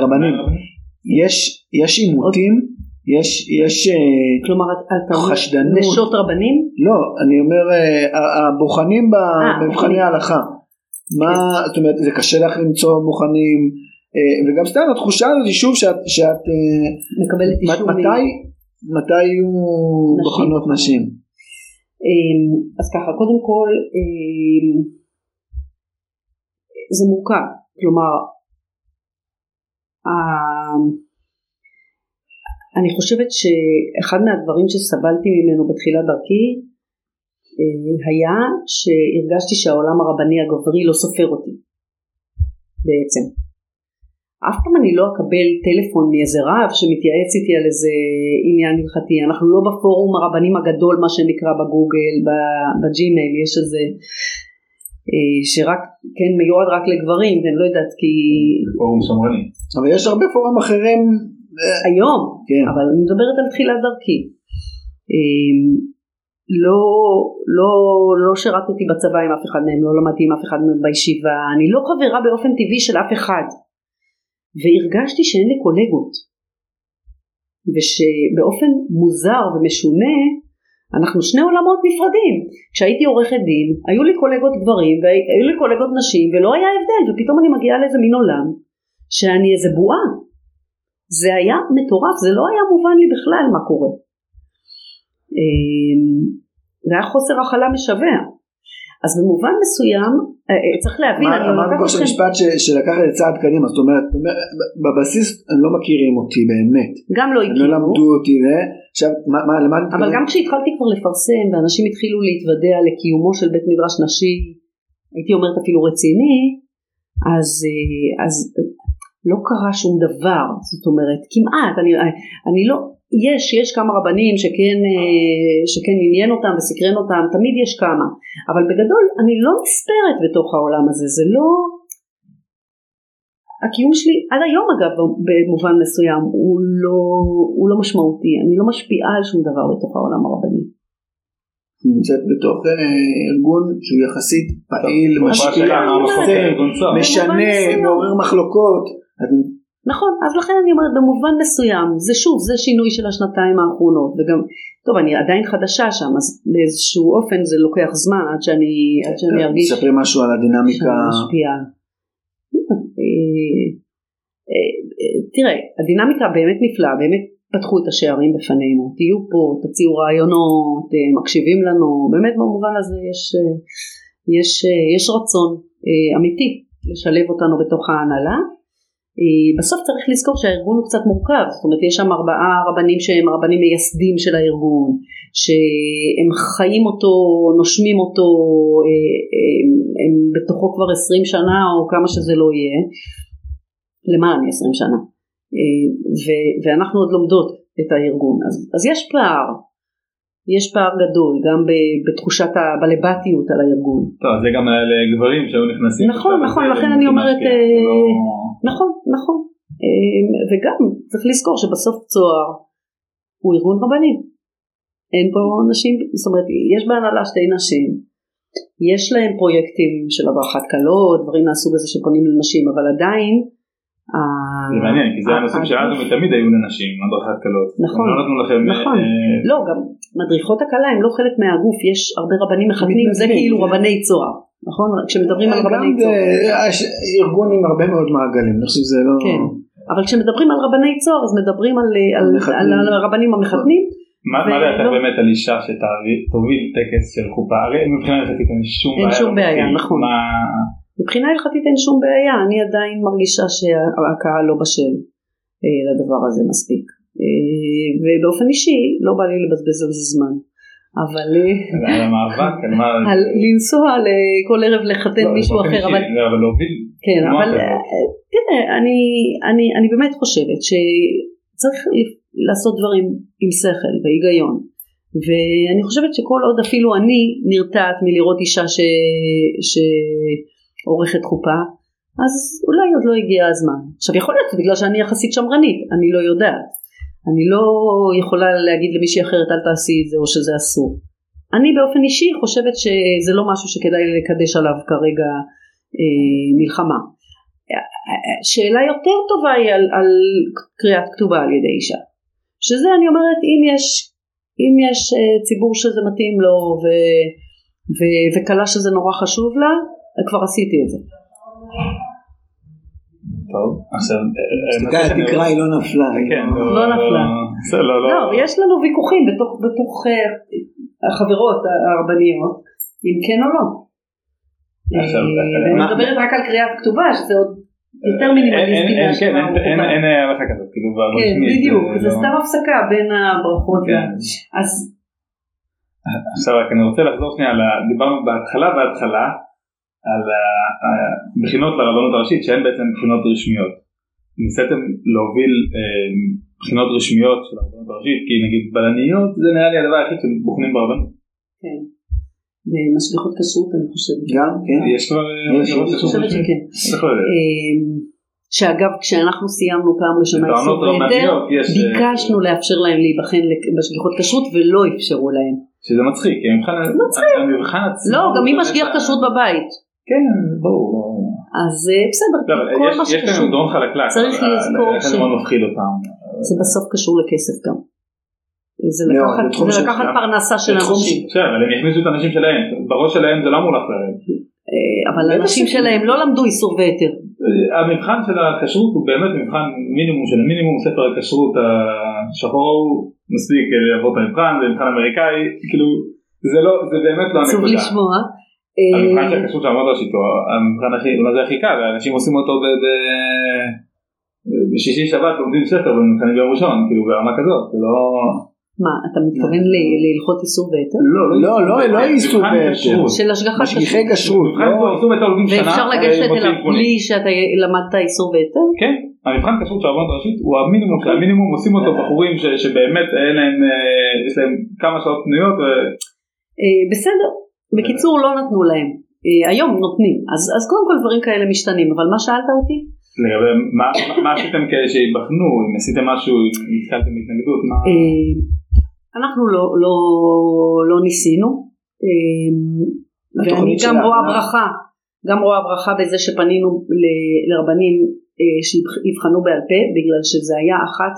יש עימותים, יש כלומר, חשדנות. נשות רבנים? לא, אני אומר, הבוחנים במבחני ההלכה, זאת אומרת, זה קשה לך למצוא בוחנים, וגם סתם התחושה הזאת היא שוב שאת מקבלת אישור מתי יהיו בוחנות נשים? אז ככה, קודם כל זה מורכב, כלומר אני חושבת שאחד מהדברים שסבלתי ממנו בתחילת דרכי היה שהרגשתי שהעולם הרבני הגברי לא סופר אותי בעצם. אף פעם אני לא אקבל טלפון מאיזה רב שמתייעץ איתי על איזה עניין הלכתי. אנחנו לא בפורום הרבנים הגדול, מה שנקרא בגוגל, בג'ימייל, יש איזה שרק, כן, מיועד רק לגברים, אני לא יודעת כי... פורום שמרני. אבל יש הרבה פורום אחרים... היום, כן. אבל אני מדברת על תחילת דרכי. לא שירתתי בצבא עם אף אחד מהם, לא למדתי עם אף אחד מהם בישיבה, אני לא חברה באופן טבעי של אף אחד. והרגשתי שאין לי קולגות, ושבאופן מוזר ומשונה אנחנו שני עולמות נפרדים. כשהייתי עורכת דין, היו לי קולגות גברים והיו לי קולגות נשים, ולא היה הבדל, ופתאום אני מגיעה לאיזה מין עולם, שאני איזה בועה. זה היה מטורף, זה לא היה מובן לי בכלל מה קורה. זה היה חוסר הכלה משווה. אז במובן מסוים, צריך להבין, אמרתי פה שמשפט שלקח את צעד קדימה, זאת אומרת, בבסיס הם לא מכירים אותי באמת. גם לא הכירו. הם לא למדו אותי, עכשיו, למה אני מתכוון? אבל גם כשהתחלתי כבר לפרסם, ואנשים התחילו להתוודע לקיומו של בית מדרש נשי, הייתי אומרת אפילו רציני, אז לא קרה שום דבר, זאת אומרת, כמעט, אני לא, יש כמה רבנים שכן עניין אותם וסקרן אותם, תמיד יש כמה, אבל בגדול אני לא נספרת בתוך העולם הזה, זה לא, הקיום שלי עד היום אגב במובן מסוים הוא לא משמעותי, אני לא משפיעה על שום דבר בתוך העולם הרבני. נמצאת בתוך ארגון שהוא יחסית פעיל, משנה, מעורר מחלוקות. נכון, אז לכן אני אומרת במובן מסוים, זה שוב, זה שינוי של השנתיים האחרונות, וגם, טוב, אני עדיין חדשה שם, אז באיזשהו אופן זה לוקח זמן עד שאני ארגיש. תספרי משהו על הדינמיקה. תראה, הדינמיקה באמת נפלאה, באמת פתחו את השערים בפנינו, תהיו פה, תציעו רעיונות, מקשיבים לנו, באמת במובן הזה יש רצון אמיתי לשלב אותנו בתוך ההנהלה. בסוף צריך לזכור שהארגון הוא קצת מורכב, זאת אומרת יש שם 4 רבנים שהם רבנים מייסדים של הארגון, שהם חיים אותו, נושמים אותו, הם בתוכו כבר 20 שנה או כמה שזה לא יהיה, למעלה מ-20 שנה, ואנחנו עוד לומדות את הארגון, אז יש פער גדול גם בתחושת הבלבטיות על הארגון. טוב, זה גם על גברים שהיו נכנסים. נכון, לכן אני אומרת, נכון, וגם צריך לזכור שבסוף צוהר הוא ארגון רבני, אין פה נשים, זאת אומרת יש בהנהלה 2 נשים, יש להם פרויקטים של הדרכת קלות, דברים מהסוג הזה שפונים לנשים, אבל עדיין זה מעניין, כי זה הנושאים שלנו ותמיד היו לנשים, הדרכת קלות. נכון, לא נתנו לכם. נכון. לא, גם מדריכות הקלה הם לא חלק מהגוף, יש הרבה רבנים מחתנים, זה כאילו רבני צוהר, נכון? כשמדברים על רבני צוהר. ארגון עם הרבה מאוד מעגלים, אני חושב שזה לא. כן, אבל כשמדברים על רבני צוהר, אז מדברים על הרבנים המחתנים. מה דעתך באמת על אישה שתוביל טקס של חופה? הרי מבחינה הלכתית אין שום בעיה. נכון. מבחינה הלכתית אין שום בעיה, אני עדיין מרגישה שהקהל לא בשל לדבר הזה מספיק, ובאופן אישי לא בא לי לבזבז על זה זמן, אבל על המאבק, על לנסוע לכל ערב לחתן מישהו אחר, אבל להוביל, כן, אבל תראה, אני באמת חושבת שצריך לעשות דברים עם שכל והיגיון, ואני חושבת שכל עוד אפילו אני נרתעת מלראות אישה עורכת חופה, אז אולי עוד לא הגיע הזמן. עכשיו יכול להיות בגלל שאני יחסית שמרנית, אני לא יודעת, אני לא יכולה להגיד למישהי אחרת אל תעשי את זה או שזה אסור. אני באופן אישי חושבת שזה לא משהו שכדאי לקדש עליו כרגע מלחמה. שאלה יותר טובה היא על קריאת כתובה על ידי אישה, שזה אני אומרת אם יש ציבור שזה מתאים לו וקלה שזה נורא חשוב לה, כבר עשיתי את זה. טוב, עכשיו התקרה היא לא נפלה. לא נפלה. לא, יש לנו ויכוחים בתוך החברות הרבניות, אם כן או לא. אני מדברת רק על קריאת כתובה, שזה עוד יותר מינימליסטי. אין הלכה כזאת, כאילו כן, בדיוק, זה סתם הפסקה בין הברכות. עכשיו רק אני רוצה לחזור שנייה, דיברנו בהתחלה על הבחינות לרבנות הראשית שהן בעצם בחינות רשמיות. ניסיתם להוביל בחינות רשמיות של הרבנות הראשית, כי נגיד בלניות זה נראה לי הדבר היחיד שבוחנים ברבנות. כן, במשגיחות כשרות אני חושבת. גם, כן. יש כבר אני חושבת שכן. שאגב כשאנחנו סיימנו פעם ראשונה איסור והיתר, ביקשנו לאפשר להם להיבחן בשגיחות כשרות ולא אפשרו להם. שזה מצחיק, המבחן עצמו. לא, גם אם משגיח כשרות בבית. כן, ברור. אז בסדר, כל מה שקשור. יש כאן דרום חלקלק, צריך לזכור זה בסוף קשור לכסף גם. זה לקחת פרנסה של אנשים. אבל הם יכניסו את האנשים שלהם, בראש שלהם זה לא מולך להם. אבל האנשים שלהם לא למדו איסור והיתר. המבחן של הכשרות הוא באמת מבחן מינימום של מינימום ספר הכשרות השחור מספיק לעבור את המבחן, זה מבחן אמריקאי, כאילו זה באמת לא הנקודה. עצוב לשמוע. המבחן של הכשרות שעמוד ראשית, המבחן הכי קל, אנשים עושים אותו בשישי שבת לומדים ספר במבחנים ביום ראשון, כאילו ברמה כזאת, זה לא... מה, אתה מתכוון להלכות איסור והיתר? לא איסור והיתר. של השגחת משגיחי כשרות. ואפשר לגשת אליו בלי שאתה למדת איסור והיתר? כן, המבחן כשרות שעמוד ראשית הוא המינימום, המינימום עושים אותו בחורים שבאמת יש להם כמה שעות פנויות. בסדר, בקיצור לא נתנו להם, היום נותנים, אז קודם כל דברים כאלה משתנים, אבל מה שאלת אותי? לגבי מה עשיתם כדי שיבחנו, אם עשיתם משהו, נתקלתם בהתנגדות, מה? אנחנו לא ניסינו, ואני גם רואה ברכה בזה שפנינו לרבנים שיבחנו בעל פה, בגלל שזה היה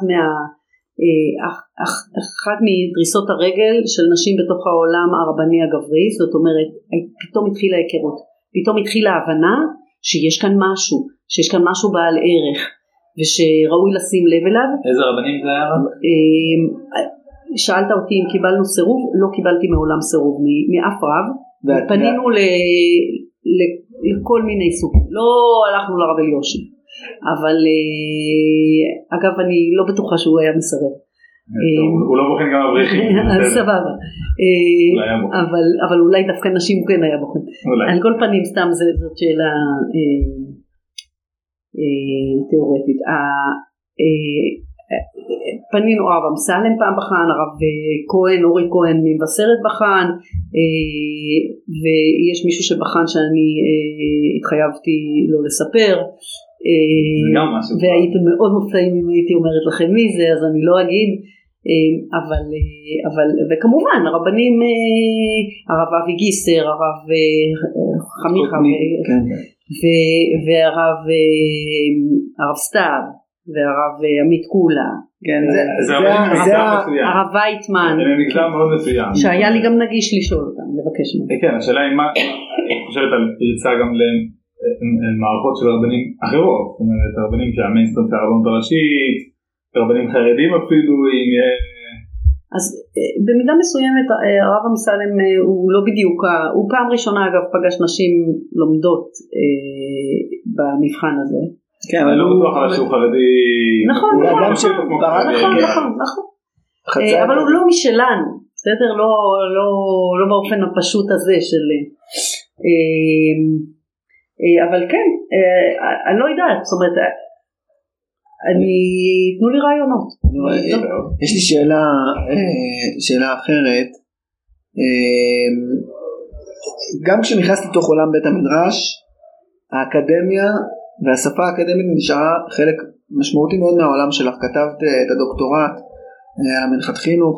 אחת מדריסות הרגל של נשים בתוך העולם הרבני הגברי, זאת אומרת, פתאום התחילה היכרות, פתאום התחילה ההבנה שיש כאן משהו בעל ערך, ושראוי לשים לב אליו. איזה רבנים זה היה? שאלת אותי אם קיבלנו סירוב, לא קיבלתי מעולם סירוב מאף רב, פנינו לכל מיני סוגים, לא הלכנו לרב אליושי, אבל אגב אני לא בטוחה שהוא היה מסרב. הוא לא בוחן גם אברכים. סבבה, אבל אולי דווקא נשים כן היה בוחן. על כל פנים סתם זאת שאלה תיאורטית. פנינו הרב אמסלם פעם בחן, הרב כהן, אורי כהן ממבשרת בחן, ויש מישהו שבחן שאני התחייבתי לא לספר, והייתם מאוד מופתעים אם הייתי אומרת לכם מי זה, אז אני לא אגיד, אבל וכמובן הרבנים, הרב אבי גיסר, הרב חמיכה והרב סתיו והרב עמית קולה, הרב וייטמן, שהיה לי גם נגיש לשאול אותם, לבקש מהם. כן, השאלה היא מה, אני חושבת על פריצה גם למערכות של רבנים אחרות, זאת אומרת הרבנים שהמיינסטרים של הרבנות הראשית, רבנים חרדים אפילו, אז במידה מסוימת הרב אמסלם הוא לא בדיוק, הוא פעם ראשונה אגב פגש נשים לומדות במבחן הזה. כן, אבל לא בטוח על שהוא חרדי. נכון, אבל הוא לא משלנו, בסדר? לא באופן הפשוט הזה של... אבל כן, אני לא יודעת, זאת אומרת, תנו לי רעיונות. יש לי שאלה אחרת, גם כשנכנס לתוך עולם בית המדרש, האקדמיה והשפה האקדמית נשארה חלק משמעותי מאוד מהעולם שלך. כתבת את הדוקטורט על מנחת חינוך,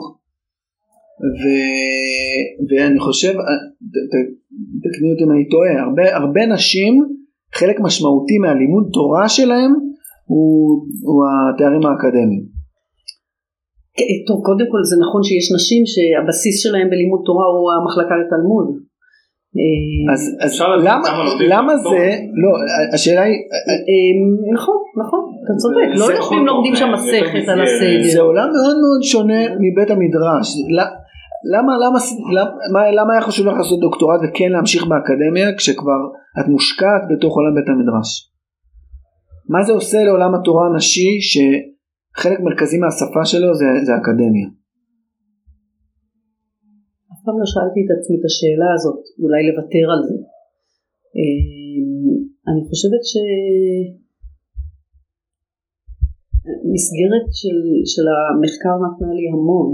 ואני חושב, תקני אותי אם אני טועה, הרבה נשים, חלק משמעותי מהלימוד תורה שלהם הוא התארים האקדמיים. טוב, קודם כל זה נכון שיש נשים שהבסיס שלהם בלימוד תורה הוא המחלקה לתלמוד. אז למה זה, לא, השאלה היא, נכון, אתה צודק, לא יושבים לומדים שם מסכת על הסדר. זה עולם מאוד מאוד שונה מבית המדרש. למה היה חשוב לך לעשות דוקטורט וכן להמשיך באקדמיה כשכבר את מושקעת בתוך עולם בית המדרש? מה זה עושה לעולם התורה הנשי שחלק מרכזי מהשפה שלו זה אקדמיה? אף פעם לא שאלתי את עצמי את השאלה הזאת, אולי לוותר על זה. אני חושבת שמסגרת של המחקר נתנה לי המון.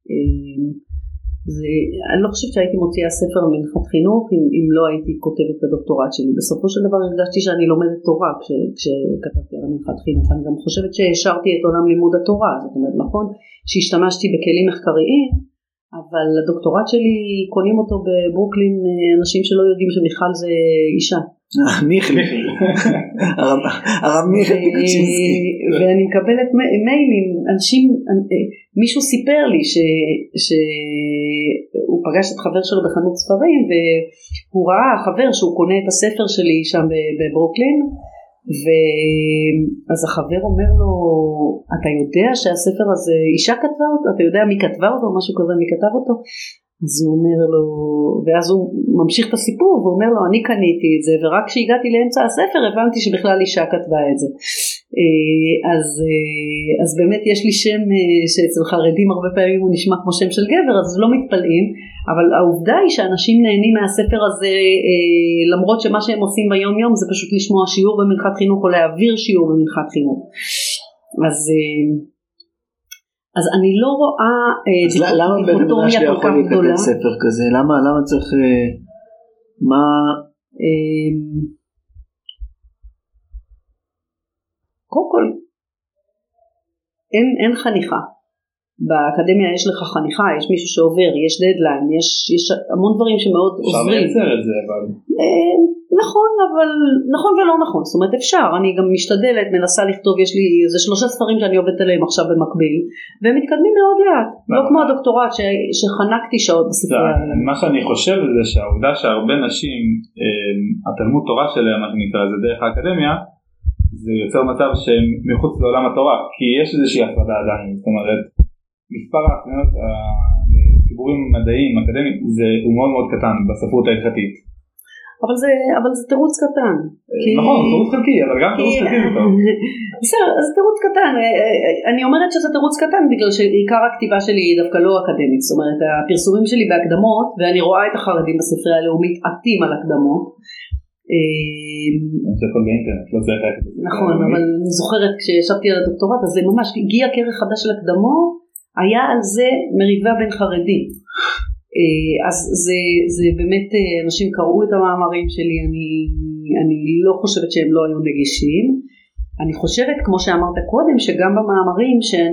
אני לא חושבת שהייתי מוציאה ספר מנחת חינוך אם לא הייתי כותבת את הדוקטורט שלי. בסופו של דבר הרגשתי שאני לומדת תורה כשכתבתי על מנחת חינוך. אני גם חושבת שהשארתי את עולם לימוד התורה, זאת אומרת נכון שהשתמשתי בכלים מחקריים, אבל הדוקטורט שלי קונים אותו בברוקלין אנשים שלא יודעים שבכלל זה אישה. מיכלי, הרב מיכלי קוצ'ינסקי. ואני מקבלת מיילים, אנשים, מישהו סיפר לי שהוא פגש את חבר שלו בחנות ספרים, והוא ראה חבר שהוא קונה את הספר שלי שם בברוקלין, ואז החבר אומר לו, אתה יודע שהספר הזה אישה כתבה אותו, אתה יודע מי כתבה אותו, משהו כזה, מי כתב אותו? אז הוא אומר לו, ואז הוא ממשיך את הסיפור, והוא אומר לו, אני קניתי את זה, ורק כשהגעתי לאמצע הספר, הבנתי שבכלל אישה כתבה את זה. אז באמת יש לי שם שאצל חרדים הרבה פעמים הוא נשמע כמו שם של גבר, אז לא מתפלאים, אבל העובדה היא שאנשים נהנים מהספר הזה, למרות שמה שהם עושים ביום יום, זה פשוט לשמוע שיעור במנחת חינוך, או להעביר שיעור במנחת חינוך. אז אני לא רואה דיכוטומיה כל כך גדולה. ספר כזה? למה צריך, מה? קודם כל, אין חניכה. באקדמיה יש לך חניכה, יש מישהו שעובר, יש דדליין, יש המון דברים שמאוד עוזרים. אפשר לייצר את זה, אבל... נכון, אבל נכון ולא נכון, זאת אומרת אפשר, אני גם משתדלת, מנסה לכתוב, יש לי איזה 3 ספרים שאני עובדת עליהם עכשיו במקביל, והם מתקדמים מאוד לאט, לא כמו הדוקטורט שחנקתי שעות בספרייה. מה שאני חושב זה שהעובדה שהרבה נשים, התלמוד תורה שלהם, מה שנקרא, זה דרך האקדמיה, זה יוצר מצב שהם מחוץ לעולם התורה, כי יש איזושהי הפרדה עדיין, זאת אומרת, מספר ההפניות לציבורים מדעיים, אקדמיים, הוא מאוד מאוד קטן בספרות ההלכתית. אבל זה תירוץ קטן. נכון, תירוץ חלקי, אבל גם תירוץ חלקי יותר. בסדר, אז תירוץ קטן. אני אומרת שזה תירוץ קטן בגלל שעיקר הכתיבה שלי היא דווקא לא אקדמית. זאת אומרת, הפרסומים שלי בהקדמות, ואני רואה את החרדים בספרייה הלאומית עטים על הקדמות. זה הכל באינטרנט, לא צריך ללכת. נכון, אבל אני זוכרת כשישבתי על הדוקטורט, אז זה ממש הגיע כרך חדש של הקדמות, היה על זה מריבה בין חרדים. אז זה באמת, אנשים קראו את המאמרים שלי, אני לא חושבת שהם לא היו נגישים. אני חושבת, כמו שאמרת קודם, שגם במאמרים שהם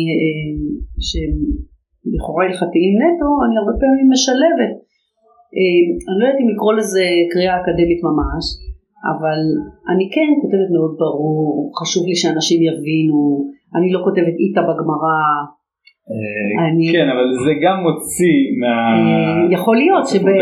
לכאורה הלכתיים נטו, אני הרבה פעמים משלבת. אני לא יודעת אם לקרוא לזה קריאה אקדמית ממש, אבל אני כן כותבת מאוד ברור, חשוב לי שאנשים יבינו, אני לא כותבת איתה בגמרא, כן, אבל זה גם מוציא יכול להיות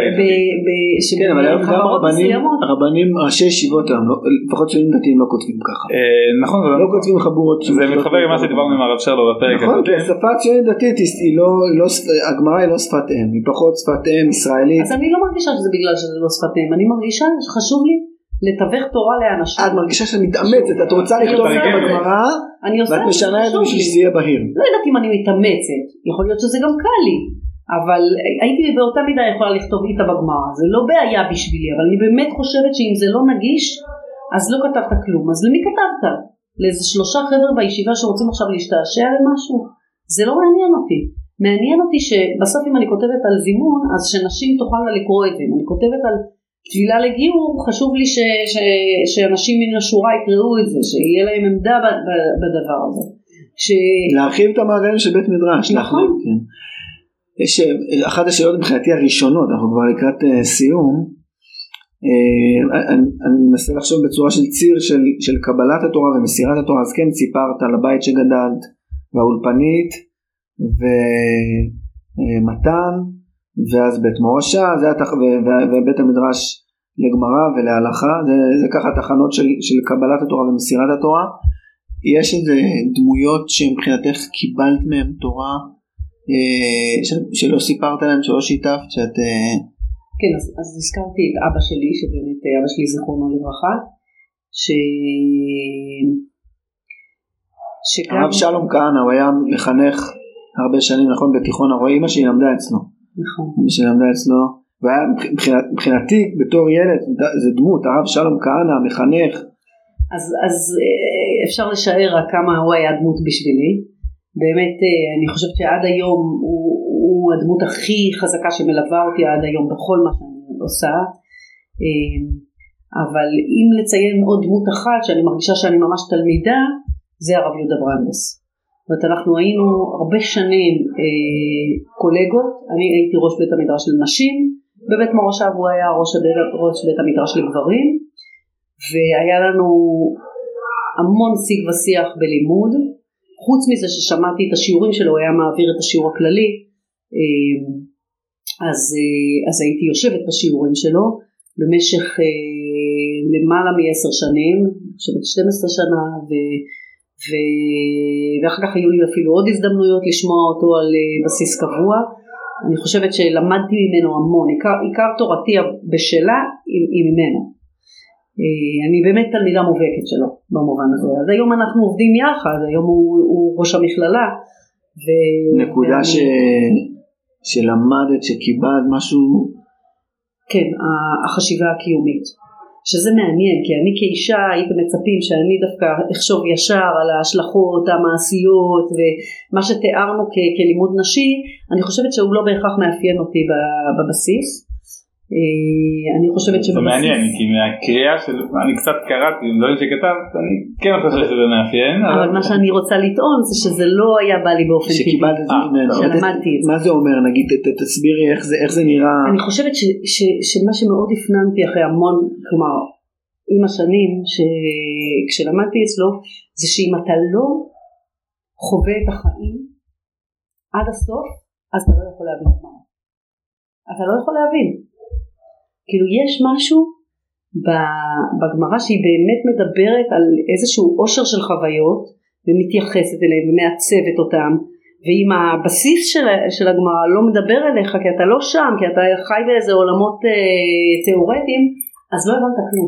שבחברות מסוימות הרבנים, ראשי ישיבות לפחות שונים דתיים לא כותבים ככה, נכון, לא כותבים חבורות, זה מתחבר עם מה שדיברנו עם הרב שלו בפרק הזה. נכון, כי השפה שונים דתית הגמרא היא לא שפת אם, היא פחות שפת אם ישראלית. אז אני לא מרגישה שזה בגלל שזה לא שפת אם, אני מרגישה שחשוב לי לתווך תורה לאנשים. את מרגישה שאת מתאמצת, את רוצה לכתוב את בגמרא ואת משנה את זה בשביל שזה יהיה בהיר. לא יודעת אם אני מתאמצת, יכול להיות שזה גם קל לי, אבל הייתי באותה מידה יכולה לכתוב איתה בגמרא, זה לא בעיה בשבילי, אבל אני באמת חושבת שאם זה לא נגיש, אז לא כתבת כלום. אז למי כתבת? לאיזה 3 חבר'ה בישיבה שרוצים עכשיו להשתעשע למשהו? זה לא מעניין אותי. מעניין אותי שבסוף אם אני כותבת על זימון, אז שנשים תוכלנה לקרוא את זה. אם אני כותבת על תפילה לגיור, חשוב לי שאנשים מן השורה יקראו את זה, שיהיה להם עמדה בדבר הזה. להרחיב את המעגלים של בית מדרש. נכון. יש אחת השאלות מבחינתי הראשונות, אנחנו כבר לקראת סיום, אני מנסה לחשוב בצורה של ציר של קבלת התורה ומסירת התורה. אז כן, סיפרת על הבית שגדלת והאולפנית ומתן, ואז בית מורשה, ובית המדרש לגמרא ולהלכה, זה ככה תחנות של קבלת התורה ומסירת התורה. יש איזה דמויות שמבחינתך קיבלת מהם תורה, שלא סיפרת להם, שלא שיתפת, שאת... כן, אז הזכרתי את אבא שלי, שבאמת אבא שלי זכרונו לברכה, הרב שלום כהנא, הוא היה מחנך הרבה שנים, נכון, בתיכון הרואי, אמא שהיא למדה אצלו. נכון. אמא שהיא למדה אצלו, והיה מבחינתי בתור ילד, זה דמות, הרב שלום כהנא, מחנך. אז אפשר לשער כמה הוא היה דמות בשבילי. באמת, אני חושבת שעד היום הוא הדמות הכי חזקה שמלווה אותי עד היום בכל מה שאני עושה. אבל אם לציין עוד דמות אחת שאני מרגישה שאני ממש תלמידה, זה הרב יהודה ברנדס. זאת אומרת, אנחנו היינו הרבה שנים קולגות. אני הייתי ראש בית המדרש לנשים, בבית מורשה הוא היה ראש בית המדרש לגברים. והיה לנו המון שיג ושיח בלימוד, חוץ מזה ששמעתי את השיעורים שלו, הוא היה מעביר את השיעור הכללי, אז הייתי יושבת בשיעורים שלו במשך למעלה מ10 שנים, אני חושבת 12 שנה, ואחר כך היו לי אפילו עוד הזדמנויות לשמוע אותו על בסיס קבוע. אני חושבת שלמדתי ממנו המון, עיקר תורתי בשלה היא ממנו. אני באמת תלמידה מובהקת שלו במובן הזה. אז היום אנחנו עובדים יחד, היום הוא ראש המכללה. נקודה שלמדת, שקיבלת משהו? כן, החשיבה הקיומית. שזה מעניין, כי אני כאישה הייתם מצפים שאני דווקא אחשוב ישר על ההשלכות המעשיות ומה שתיארנו כלימוד נשי. אני חושבת שהוא לא בהכרח מאפיין אותי בבסיס. אני חושבת שבבסיס... זה מעניין, כי מהקריאה של... אני קצת קראתי, דברים שכתבת, אני כן חושב שזה מאפיין. אבל מה שאני רוצה לטעון זה שזה לא היה בא לי באופן טבעי. שקיבלת את זה ממנו. שלמדתי את זה. מה זה אומר? נגיד, תסבירי איך זה נראה. אני חושבת שמה שמאוד הפנמתי אחרי המון, כלומר, עם השנים, כשלמדתי אצלו, זה שאם אתה לא חווה את החיים עד הסוף, אז אתה לא יכול להבין מה. אתה לא יכול להבין. כאילו יש משהו בגמרא שהיא באמת מדברת על איזשהו עושר של חוויות ומתייחסת אליהם ומעצבת אותם, ואם הבסיס של הגמרא לא מדבר אליך כי אתה לא שם, כי אתה חי באיזה עולמות תיאורטיים, אז לא הבנת כלום.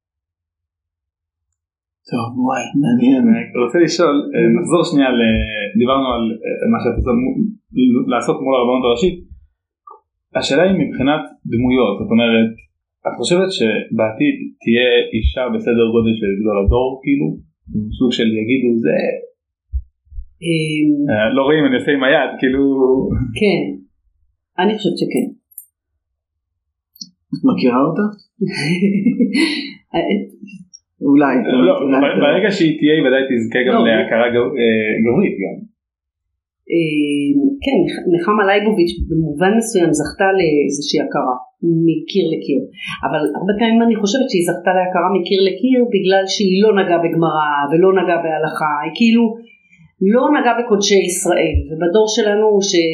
טוב, וואי, מעניין. אני רוצה לשאול, נחזור שנייה, דיברנו על מה שאתה צריך לעשות מול הרבנות הראשית. השאלה היא מבחינת דמויות, זאת אומרת, את חושבת שבעתיד תהיה אישה בסדר גודל של גדול הדור, כאילו? סוג של יגידו זה... לא רואים, אני עושה עם היד, כאילו... כן, אני חושבת שכן. את מכירה אותה? אולי. ברגע שהיא תהיה, היא ודאי תזכה גם להכרה גברית גם. כן, נחמה לייבוביץ' במובן מסוים זכתה לאיזושהי הכרה מקיר לקיר, אבל הרבה פעמים אני חושבת שהיא זכתה להכרה מקיר לקיר בגלל שהיא לא נגעה בגמרא ולא נגעה בהלכה, היא כאילו לא נגעה בקודשי ישראל. ובדור שלנו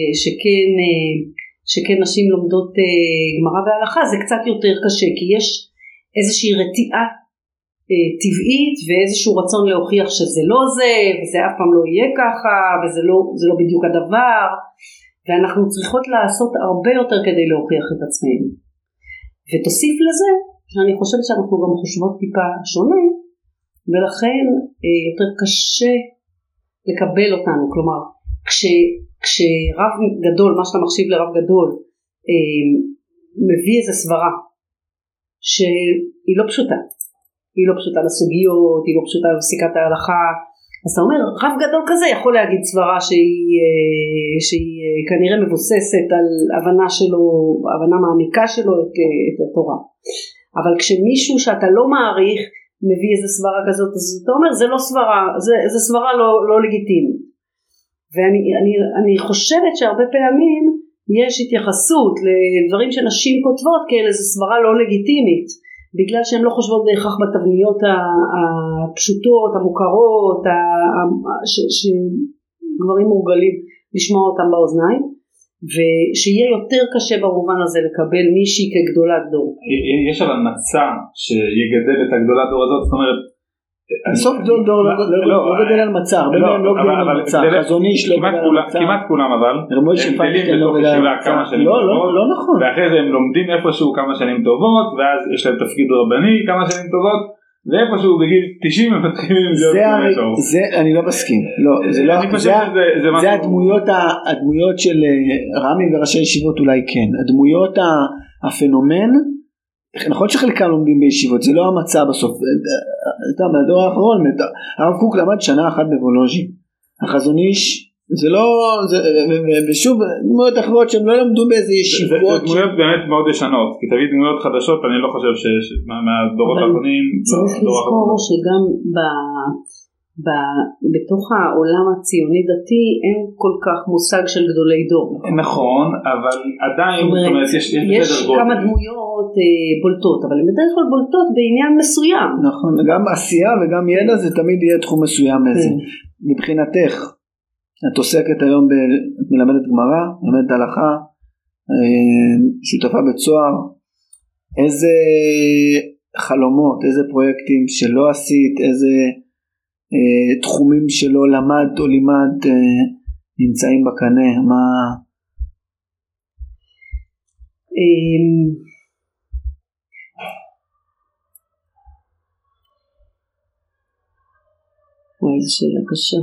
שכן נשים לומדות גמרא והלכה זה קצת יותר קשה, כי יש איזושהי רתיעה טבעית ואיזשהו רצון להוכיח שזה לא זה וזה אף פעם לא יהיה ככה וזה לא בדיוק הדבר, ואנחנו צריכות לעשות הרבה יותר כדי להוכיח את עצמנו. ותוסיף לזה שאני חושבת שאנחנו גם חושבות טיפה שונה, ולכן יותר קשה לקבל אותנו. כלומר, כשרב גדול, מה שאתה מחשיב לרב גדול, מביא איזו סברה שהיא לא פשוטה, היא לא פשוטה לסוגיות, היא לא פשוטה בפסיקת ההלכה, אז אתה אומר, רב גדול כזה יכול להגיד סברה שהיא כנראה מבוססת על הבנה שלו, הבנה מעמיקה שלו את התורה. אבל כשמישהו שאתה לא מעריך מביא איזו סברה כזאת, אז אתה אומר, זה לא סברה, זה סברה לא לגיטימית. ואני חושבת שהרבה פעמים יש התייחסות לדברים שנשים כותבות כאל איזו סברה לא לגיטימית, בגלל שהן לא חושבות בהכרח בתבניות הפשוטות, המוכרות, שגברים מורגלים לשמוע אותם באוזניים, ושיהיה יותר קשה במובן הזה לקבל מישהי כגדולת דור. יש אבל מצע שיגדל את הגדולת דור הזאת, זאת אומרת, בסוף דור לא גדל על מצע, הרבה מהם לא גדל על מצע, חזון איש לא גדל על מצע, כמעט כולם אבל, הם גדלים בתוך ישיבה כמה שנים טובות, לא נכון, ואחרי זה הם לומדים איפשהו כמה שנים טובות, ואז יש להם תפקיד רבני כמה שנים טובות, ואיפשהו בגיל 90 הם מתחילים להיות טוב. זה אני לא מסכים, זה הדמויות של רמים וראשי ישיבות אולי כן, הדמויות הפנומן, נכון שחלקם לומדים בישיבות, זה לא המצע בסוף. אתה מהדור האחרון, הרב קוק למד שנה אחת בוולוז'ין, החזון איש, זה לא, ושוב דמויות אחרות שהם לא למדו באיזה ישיבות. זה דמויות באמת מאוד ישנות, כי תביא דמויות חדשות, אני לא חושב מהדורות האחרונים. צריך לזכור שגם בתוך העולם הציוני דתי אין כל כך מושג של גדולי דור. נכון, אבל עדיין יש כמה דמויות בולטות, אבל הן בדרך כלל בולטות בעניין מסוים. נכון, גם עשייה וגם ידע זה תמיד יהיה תחום מסוים איזה. מבחינתך, את עוסקת היום, את מלמדת גמרא, מלמדת הלכה, שותפה בצוהר, איזה חלומות, איזה פרויקטים שלא עשית, איזה תחומים שלא למד או לימד נמצאים בקנה, מה? וואי, זו שאלה קשה.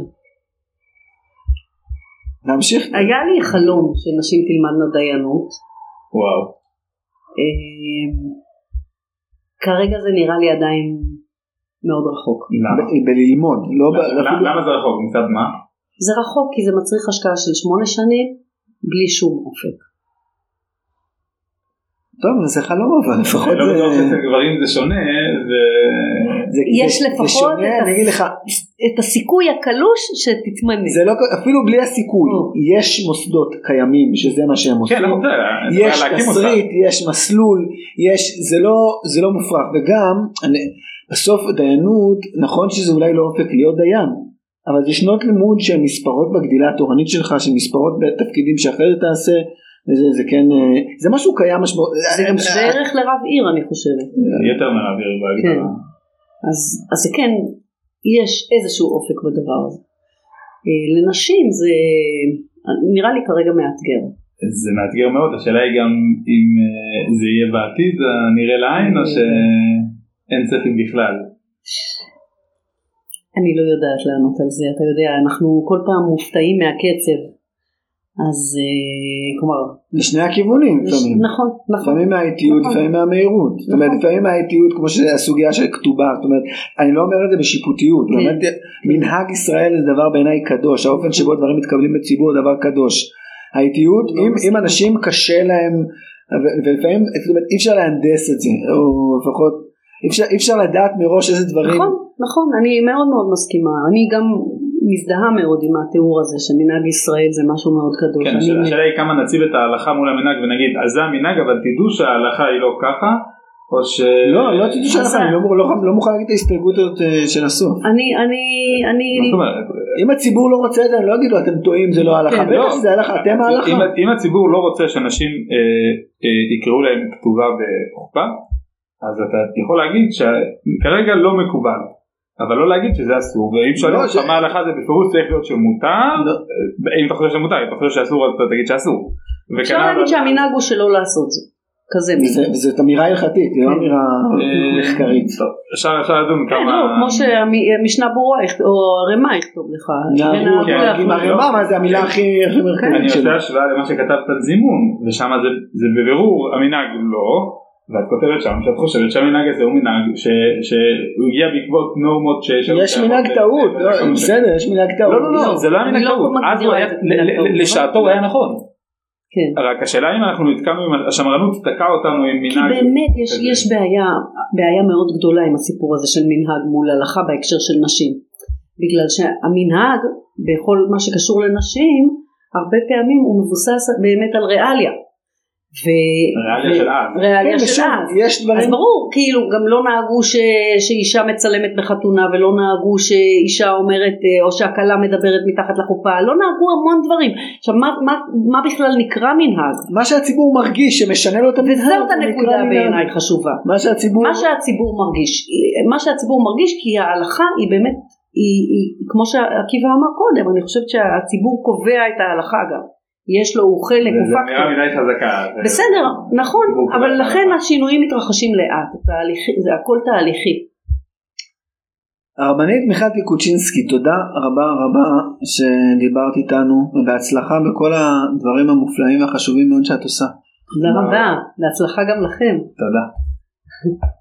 נמשיך. היה לי חלום שנשים תלמדנה דיינות. וואו. כרגע זה נראה לי עדיין מאוד רחוק. בללמוד. למה זה רחוק? מצד מה? זה רחוק כי זה מצריך השקעה של 8 שנים בלי שום אופק. טוב, זה חלום אבל לפחות לא בטוח שגברים זה שונה. יש לפחות את הסיכוי הקלוש שתתמנה. זה לא, אפילו בלי הסיכוי. יש מוסדות קיימים שזה מה שהם עושים. יש תסריט, יש מסלול, זה לא מופרך. וגם בסוף דיינות, נכון שזה אולי לא אופק להיות דיין, אבל זה שנות לימוד שהן מספרות בגדילה התורנית שלך, שמספרות בתפקידים שאחרי זה תעשה, זה כן, זה משהו קיים משמעות. זה גם שווה ערך לרב עיר אני חושבת. יותר מרב עיר בהגדרה. אז זה כן, יש איזשהו אופק בדבר הזה. לנשים זה נראה לי כרגע מאתגר. זה מאתגר מאוד, השאלה היא גם אם זה יהיה בעתיד נראה לעין או שאין צפי בכלל. אני לא יודעת לענות על זה, אתה יודע, אנחנו כל פעם מופתעים מהקצב. אז כלומר לשני הכיוונים לפעמים. נכון. לפעמים מהאיטיות, לפעמים מהמהירות. זאת אומרת, לפעמים מהאיטיות כמו שהסוגיה של כתובה, זאת אומרת, אני לא אומר את זה בשיפוטיות, באמת מנהג ישראל זה דבר בעיניי קדוש, האופן שבו דברים מתקבלים בציבור זה דבר קדוש. האיטיות, אם אנשים קשה להם, ולפעמים אי אפשר להנדס את זה, או לפחות אי אפשר לדעת מראש איזה דברים. נכון, אני מאוד מאוד מסכימה, אני גם מזדהה מאוד עם התיאור הזה שמנהג ישראל זה משהו מאוד קדוש. כן, השאלה היא כמה נציב את ההלכה מול המנהג ונגיד אז זה המנהג אבל תדעו שההלכה היא לא ככה או ש... לא תדעו שההלכה, אני לא מוכן להגיד את ההסתייגות הזאת של הסוף. אם הציבור לא רוצה את זה אני לא אגיד לו אתם טועים זה לא ההלכה, בטח שזה ההלכה, אתם ההלכה. אם הציבור לא רוצה שאנשים יקראו להם כתובה בחופה אז אתה יכול להגיד שכרגע לא מקובל אבל לא להגיד שזה אסור, ואם שואלים אותך מה ההלכה זה בפירוש צריך להיות שמותר, אם אתה חושב שמותר, אם אתה חושב שאסור אז אתה תגיד שאסור. אפשר להגיד שהמנהג הוא שלא לעשות זה, כזה מנהג. זאת אמירה הלכתית, היא לא אמירה מחקרית. אפשר לדון כמה... כמו שהמשנה ברורה או הרמה יכתוב לך. עם הרמה מה זה המילה הכי מרכזית. אני עושה השוואה למה שכתבת על זימון, ושם זה בבירור המנהג לא, ואת כותבת שם שאת חושבת שהמנהג הזה הוא מנהג שהוא הגיע בעקבות נורמות יש מנהג טעות, בסדר, יש מנהג טעות. לא, זה לא היה מנהג טעות, אז הוא היה לשעתו היה נכון. רק השאלה אם אנחנו נתקענו עם השמרנות תקע אותנו עם מנהג. כי באמת יש בעיה מאוד גדולה עם הסיפור הזה של מנהג מול הלכה בהקשר של נשים. בגלל שהמנהג בכל מה שקשור לנשים הרבה פעמים הוא מבוסס באמת על ריאליה. ריאליה של אז אז ברור כאילו גם לא נהגו שאישה מצלמת בחתונה ולא נהגו שאישה אומרת או שהכלה מדברת מתחת לחופה, לא נהגו המון דברים. עכשיו מה בכלל נקרא מנהג? מה שהציבור מרגיש שמשנה לו את המנהג, וזאת הנקודה בעיניי חשובה, מה שהציבור מרגיש כי ההלכה היא באמת היא כמו שעקיבא אמר קודם, אני חושבת שהציבור קובע את ההלכה גם יש לו חלק זה נראה מדי חזקה בסדר נכון אבל לכן השינויים מתרחשים לאט, זה הכל תהליכי. הרבנית מיכל פיקוצ'ינסקי תודה רבה רבה שדיברת איתנו ובהצלחה בכל הדברים המופלאים והחשובים מאוד שאת עושה. תודה רבה, בהצלחה גם לכם. תודה.